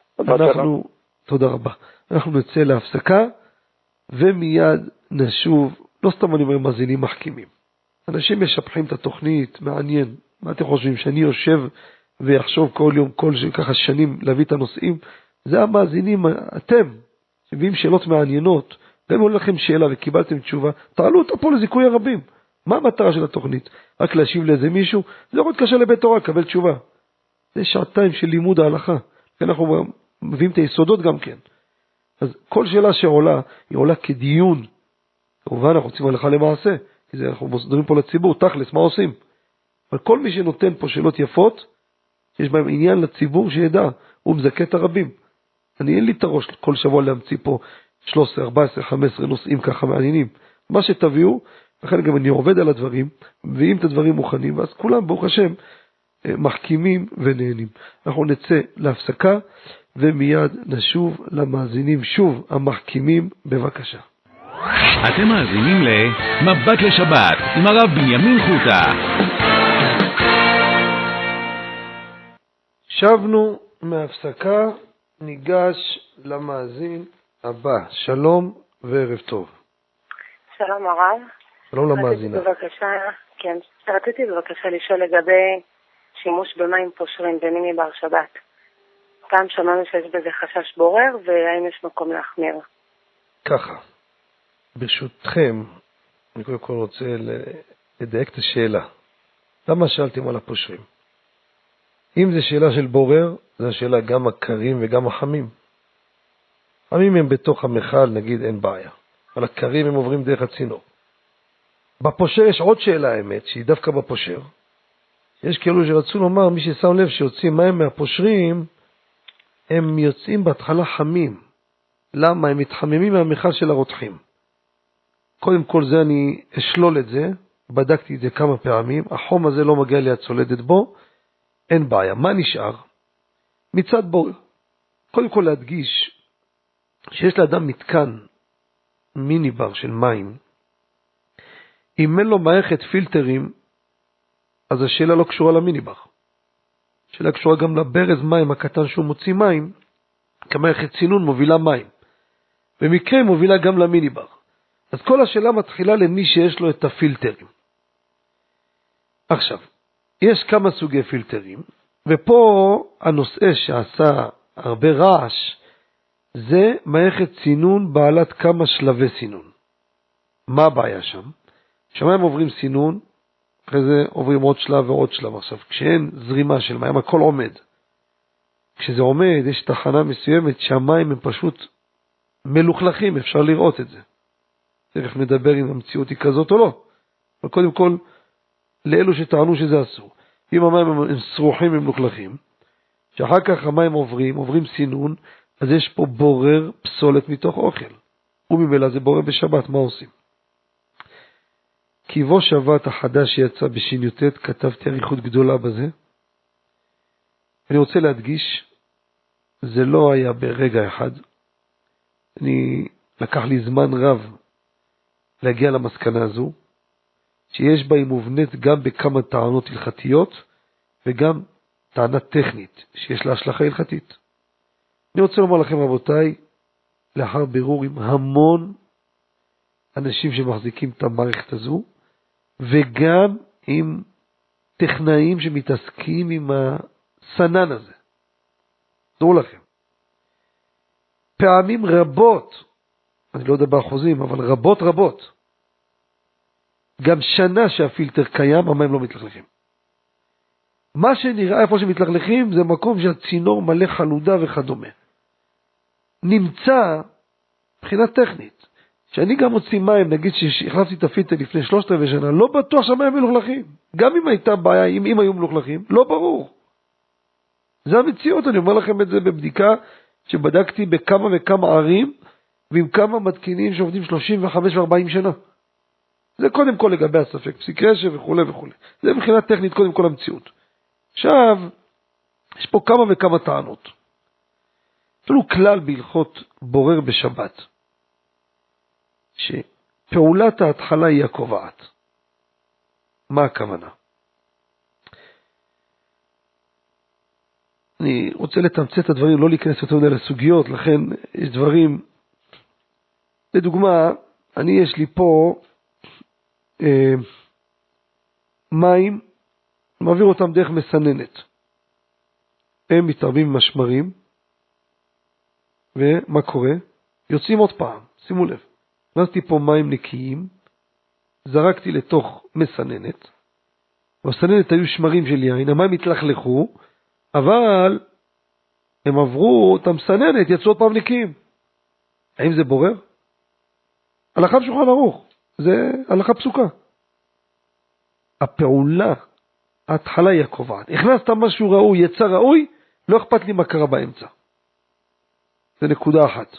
תודה רבה. אנחנו נצא להפסקה, ומיד נשוב, לא סתם אני אומר מאזינים מחכימים. אנשים משפחים את התוכנית, מעניין. מה אתם חושבים, שאני יושב ויחשוב כל יום, ככה שנים להביא את הנושאים? זה המאזינים, אתם, שמביאים שאלות מעניינות, גם אם עולה לכם שאלה וקיבלתם תשובה, תעלו אותה פה לזיכוי הרבים. מה המטרה של התוכנית? רק להשיב לאיזה מישהו? זה לא עוד קשה לבית תורה, קבל תשובה. זה שעתיים של לימוד ההלכה. כן, אנחנו מביאים את היסודות גם כן. אז כל שאלה שעולה, היא עולה כדיון. כמובן, אנחנו רוצים הלכה למעשה, כי זה אנחנו מדברים פה לציבור, תכלס, מה עושים? אבל כל מי שנותן פה שאלות יפות, יש בהם עניין לציבור שידע, הוא מזכה את הרבים. אני אין לי את הראש כל שבוע להמציא פה 13, 14, 15 נושאים ככה מעניינים. מה שתביאו, לכן גם אני עובד על הדברים, מביאים את הדברים מוכנים, ואז כולם, ברוך השם, מחכימים ונהנים. אנחנו נצא להפסקה, ומיד נשוב למאזינים שוב המחכימים, בבקשה. אתם מאזינים למבט לשבת עם הרב בנימין חוטה. שבנו מהפסקה, ניגש למאזין הבא. שלום וערב טוב. שלום הרב. שלום למאזינה. רציתי בבקשה לשאול לגבי שימוש במים פושרים במיני בר שבת. פעם שמענו שיש בזה חשש בורר, והאם יש מקום להחמיר? ככה, ברשותכם, אני קודם כל רוצה לדייק את השאלה. למה שאלתם על הפושרים? אם זו שאלה של בורר, זו השאלה גם הקרים וגם החמים. חמים הם בתוך המכל, נגיד, אין בעיה. אבל הקרים הם עוברים דרך הצינור. בפושר יש עוד שאלה, האמת, שהיא דווקא בפושר. יש כאלו שרצו לומר, מי ששם לב שיוצאים מים מהפושרים, הם יוצאים בהתחלה חמים. למה? הם מתחממים מהמכל של הרותחים. קודם כל זה אני אשלול את זה, בדקתי את זה כמה פעמים, החום הזה לא מגיע לי הצולדת בו, אין בעיה. מה נשאר? מצד בורר. קודם כל להדגיש, שיש לאדם מתקן מיני בר של מים, אם אין לו מערכת פילטרים, אז השאלה לא קשורה למיני בר. השאלה קשורה גם לברז מים הקטן שהוא מוציא מים, כמערכת צינון מובילה מים. במקרה היא מובילה גם למיני בר. אז כל השאלה מתחילה למי שיש לו את הפילטרים. עכשיו, יש כמה סוגי פילטרים. ופה הנושא שעשה הרבה רעש, זה מערכת סינון בעלת כמה שלבי סינון. מה הבעיה שם? שמיים עוברים סינון, אחרי זה עוברים עוד שלב ועוד שלב. עכשיו, כשאין זרימה של מים, הכל עומד. כשזה עומד, יש תחנה מסוימת שהמים הם פשוט מלוכלכים, אפשר לראות את זה. תכף נדבר אם המציאות היא כזאת או לא. אבל קודם כל, לאלו שטענו שזה אסור. אם המים הם סרוחים, הם מלוכלכים, שאחר כך המים עוברים סינון, אז יש פה בורר פסולת מתוך אוכל. וממילא זה בורר בשבת, מה עושים? כי בו שבת החדש שיצא בשי"ט, כתבתי אריכות גדולה בזה. אני רוצה להדגיש, זה לא היה ברגע אחד. לקח לי זמן רב להגיע למסקנה הזו, שיש בה היא מובנית גם בכמה טענות הלכתיות, וגם טענה טכנית, שיש לה השלכה הלכתית. אני רוצה לומר לכם, רבותיי, לאחר בירור עם המון אנשים שמחזיקים את המערכת הזו, וגם עם טכנאים שמתעסקים עם הסנן הזה. דעו לכם, פעמים רבות, אני לא יודע באחוזים, אבל רבות, גם שנה שהפילטר קיים, המים לא מתלכלכים. מה שנראה איפה שמתלכלכים, זה מקום שהצינור מלא חלודה וכדומה. נמצא, מבחינה טכנית, שאני גם מוציא מים, נגיד שהחלפתי את הפילטר לפני 3 שנה, לא בטוח שהמים מלוכלכים. גם אם הייתה בעיה, אם היו מלוכלכים, לא ברור. זה המציאות, אני אומר לכם את זה בבדיקה, שבדקתי בכמה וכמה ערים, ועם כמה מתקינים שעובדים 35 ו-40 שנה. זה קודם כל לגבי הספק, פסיק רשע וכו' וכו'. זה מבחינה טכנית קודם כל המציאות. עכשיו, יש פה כמה וכמה טענות. אפילו כלל בהלכות בורר בשבת, שפעולת ההתחלה היא הקובעת. מה הכוונה? אני רוצה לתמצת את הדברים, לא להיכנס יותר מדי לסוגיות, לכן יש דברים, לדוגמה, יש לי פה מים, מעביר אותם דרך מסננת. הם מתערבים עם השמרים, ומה קורה? יוצאים עוד פעם, שימו לב. נכנסתי פה מים נקיים, זרקתי לתוך מסננת, במסננת היו שמרים של יין, המים התלכלכו, אבל הם עברו את המסננת, יצאו עוד פעם נקיים. האם זה בורר? הלכה בשולחן ערוך, זה הלכה פסוקה. הפעולה, ההתחלה היא הקובעת. הכנסת משהו ראוי, יצא ראוי, לא אכפת לי מה קרה באמצע. זה נקודה אחת.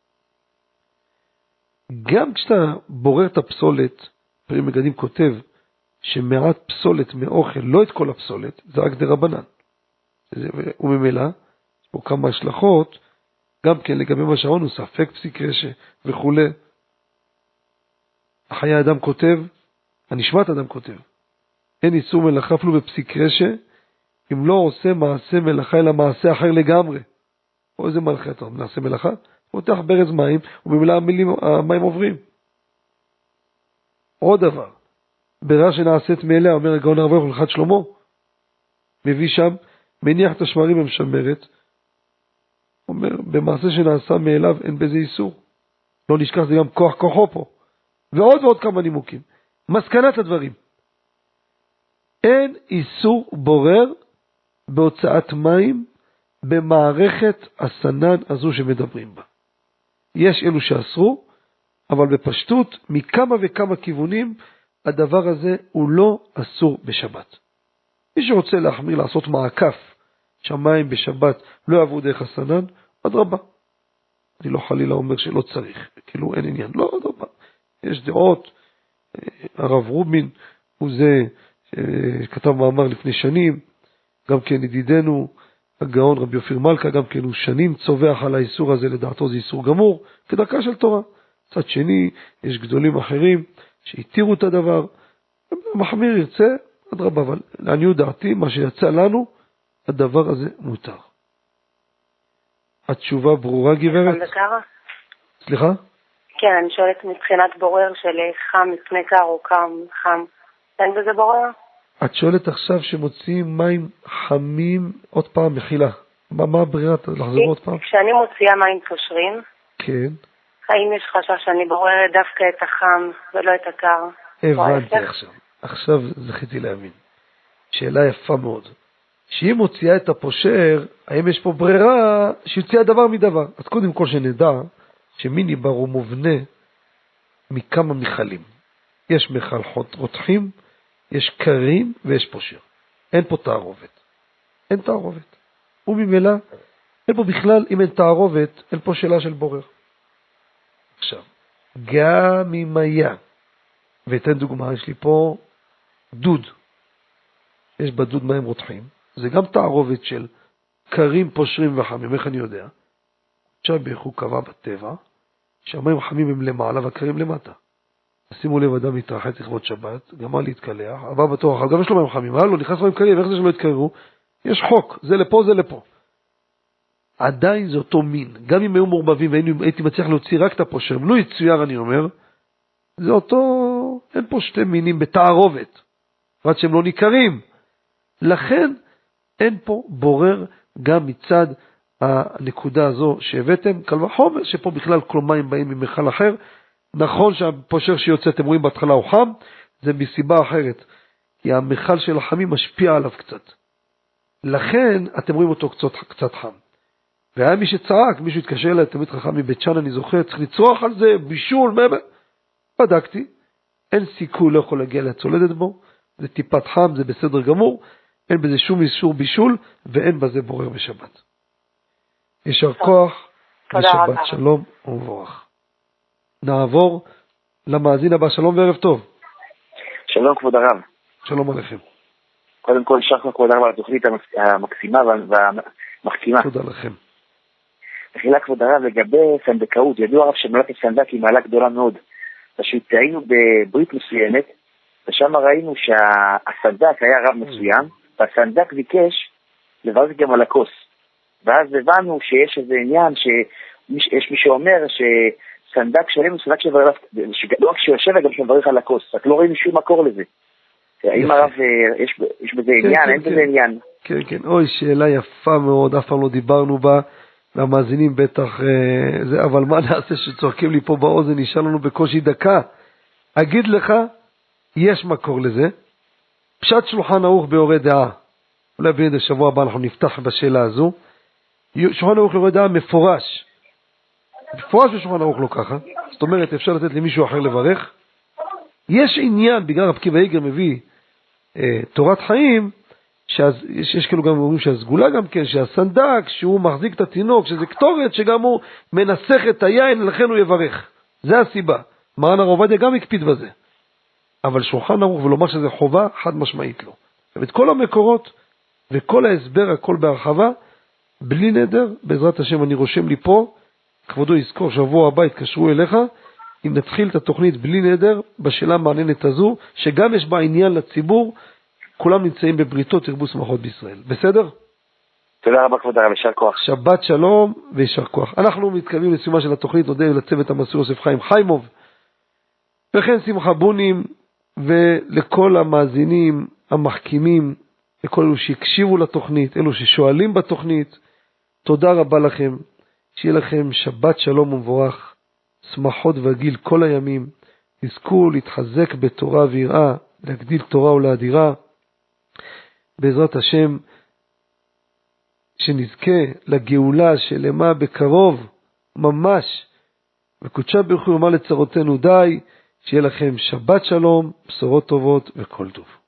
גם כשאתה בורר את הפסולת, פרי מגדים כותב שמעט פסולת מאוכל, לא את כל הפסולת, זה רק דרבנן. וממילא, יש פה כמה השלכות, גם כן לגבי מה שאמרנו, ספק פסיק רשע וכו'. החיי האדם כותב, הנשמת האדם כותב, אין איסור מלאכה אפילו בפסיק רשע, אם לא עושה מעשה מלאכה אלא מעשה אחר לגמרי. או איזה מלאכה אתה נעשה מלאכה? פותח ברז מים, ובמילא המים עוברים. עוד דבר, ברע שנעשית מאליה, אומר הגאון הרב יוחנן הלכת שלמה, מביא שם, מניח את השמרים במשמרת, אומר, במעשה שנעשה מאליו אין בזה איסור. לא נשכח, זה גם כוחו פה. ועוד כמה נימוקים. מסקנת הדברים. אין איסור בורר בהוצאת מים במערכת הסנן הזו שמדברים בה. יש אלו שאסרו, אבל בפשטות, מכמה וכמה כיוונים, הדבר הזה הוא לא אסור בשבת. מי שרוצה להחמיר, לעשות מעקף, שהמים בשבת לא יעברו דרך הסנן, אדרבה. אני לא חלילה אומר שלא צריך, כאילו אין עניין. לא, אדרבה. יש דעות, הרב רובין הוא זה שכתב מאמר לפני שנים, גם כן ידידנו, הגאון רבי אופיר מלכה, גם כן הוא שנים צובח על האיסור הזה, לדעתו זה איסור גמור, כדרכה של תורה. צד שני, יש גדולים אחרים שהתירו את הדבר, מחמיר ירצה, אדרבה, אבל לעניות דעתי, מה שיצא לנו, הדבר הזה מותר. התשובה ברורה, גברת? סליחה? כן, אני שואלת מבחינת בורר של חם לפני קר או קר חם. אין בזה בורר? את שואלת עכשיו שמוציאים מים חמים, עוד פעם, מחילה. מה הברירה? לחזור עוד פעם? כשאני מוציאה מים פושרים, כן. האם יש חשש שאני בוררת דווקא את החם ולא את הקר? הבנתי עכשיו. עכשיו זכיתי להבין. שאלה יפה מאוד. שהיא מוציאה את הפושר, האם יש פה ברירה שיוציאה דבר מדבר? אז קודם כל שנדע שמיניבר הוא מובנה מכמה מיכלים. יש מיכל רותחים, יש קרים ויש פושר. אין פה תערובת. אין תערובת. וממילא, אין פה בכלל, אם אין תערובת, אין פה שאלה של בורר. עכשיו, גם אם היה, ואתן דוגמה, יש לי פה דוד. יש בדוד מים רותחים. זה גם תערובת של קרים, פושרים וחמים. איך אני יודע? שבח הוא קבע בטבע, שהמים חמים הם למעלה והקרים למטה. שימו לב, אדם מתרחץ לכבוד שבת, גמר להתקלח, עבר בתור אחר, גם יש לו מים חמים, לא, נכנס מים קרים, ואיך זה שלא יתקררו? יש חוק, זה לפה, זה לפה. עדיין זה אותו מין, גם אם היו מורבבים והייתי מצליח להוציא רק את הפושר, לא יצויר אני אומר, זה אותו, אין פה שתי מינים בתערובת, רק שהם לא ניכרים. לכן אין פה בורר גם מצד הנקודה הזו שהבאתם, קל וחומר שפה בכלל כל מים באים ממכל אחר. נכון שהפושר שיוצא, אתם רואים בהתחלה הוא חם, זה מסיבה אחרת, כי המכל של החמים משפיע עליו קצת. לכן אתם רואים אותו קצת חם. והיה מי שצעק, מישהו התקשר אליי, תמיד חכם מבית שאן, אני זוכר, צריך לצרוח על זה, בישול, בדקתי, אין סיכוי, לא יכול להגיע לצולדת בו, זה טיפת חם, זה בסדר גמור, אין בזה שום איסור בישול, ואין בזה בורר בשבת. יישר כוח, ושבת שלום ומבורך. נעבור למאזין הבא, שלום וערב טוב. שלום כבוד הרב. שלום עליכם. קודם כל יישר כוח כבוד הרב על התוכנית המקסימה והמחכימה. תודה לכם. תחילה כבוד הרב, לגבי סנדקאות, ידוע הרב שמלאת הסנדק היא מעלה גדולה מאוד. פשוט היינו בברית מסוימת, ושם ראינו שהסנדק היה רב מסוים, והסנדק ביקש לברך גם על הכוס. ואז הבנו שיש איזה עניין שיש מי שאומר שסנדק שלם הוא סנדק שברך, לא רק שיושב גם שברך על הכוס, רק לא רואים שום מקור לזה. האם הרב, יש בזה עניין, אין בזה עניין? כן, כן, אוי, שאלה יפה מאוד, אף פעם לא דיברנו בה, והמאזינים בטח, אבל מה נעשה שצורקים לי פה באוזן, נשאר לנו בקושי דקה. אגיד לך, יש מקור לזה, פשט שולחן ערוך באורי דעה, אולי בידי שבוע הבא אנחנו נפתח בשאלה הזו, שולחן ערוך באורי דעה מפורש בשולחן ערוך לא ככה, זאת אומרת אפשר לתת למישהו אחר לברך, יש עניין, בגלל רב עקיבא איגר מביא תורת חיים, שיש כאילו גם אומרים שהסגולה גם כן, שהסנדק, שהוא מחזיק את התינוק, שזה קטורת, שגם הוא מנסח את היין, לכן הוא יברך. זה הסיבה. מרן הרב עובדיה גם הקפיד בזה. אבל שולחן ערוך ולומר שזה חובה, חד משמעית לא. ואת כל המקורות וכל ההסבר, הכל בהרחבה, בלי נדר, בעזרת השם אני רושם לי פה, כבודו יזכור שבוע הבא יתקשרו אליך, אם נתחיל את התוכנית בלי נדר, בשאלה המעניינת הזו, שגם יש בה עניין לציבור, כולם נמצאים בבריתות, תרבו שמחות בישראל. בסדר? תודה רבה כבוד הרב, יישר כוח. שבת שלום ויישר כוח. אנחנו מתקרבים לסיומה של התוכנית, נודה לצוות המסור יוסף חיים חיימוב, וכן שמחה בונים, ולכל המאזינים המחכימים, לכל אלו שהקשיבו לתוכנית, אלו ששואלים בתוכנית, תודה רבה לכם, שיהיה לכם שבת שלום ומבורך, שמחות וגיל כל הימים, תזכו להתחזק בתורה ויראה, להגדיל תורה ולהדירה, בעזרת השם, שנזכה לגאולה שלמה בקרוב, ממש, וקודשה ברוך הוא יאמר לצרותינו די, שיהיה לכם שבת שלום, בשורות טובות וכל טוב.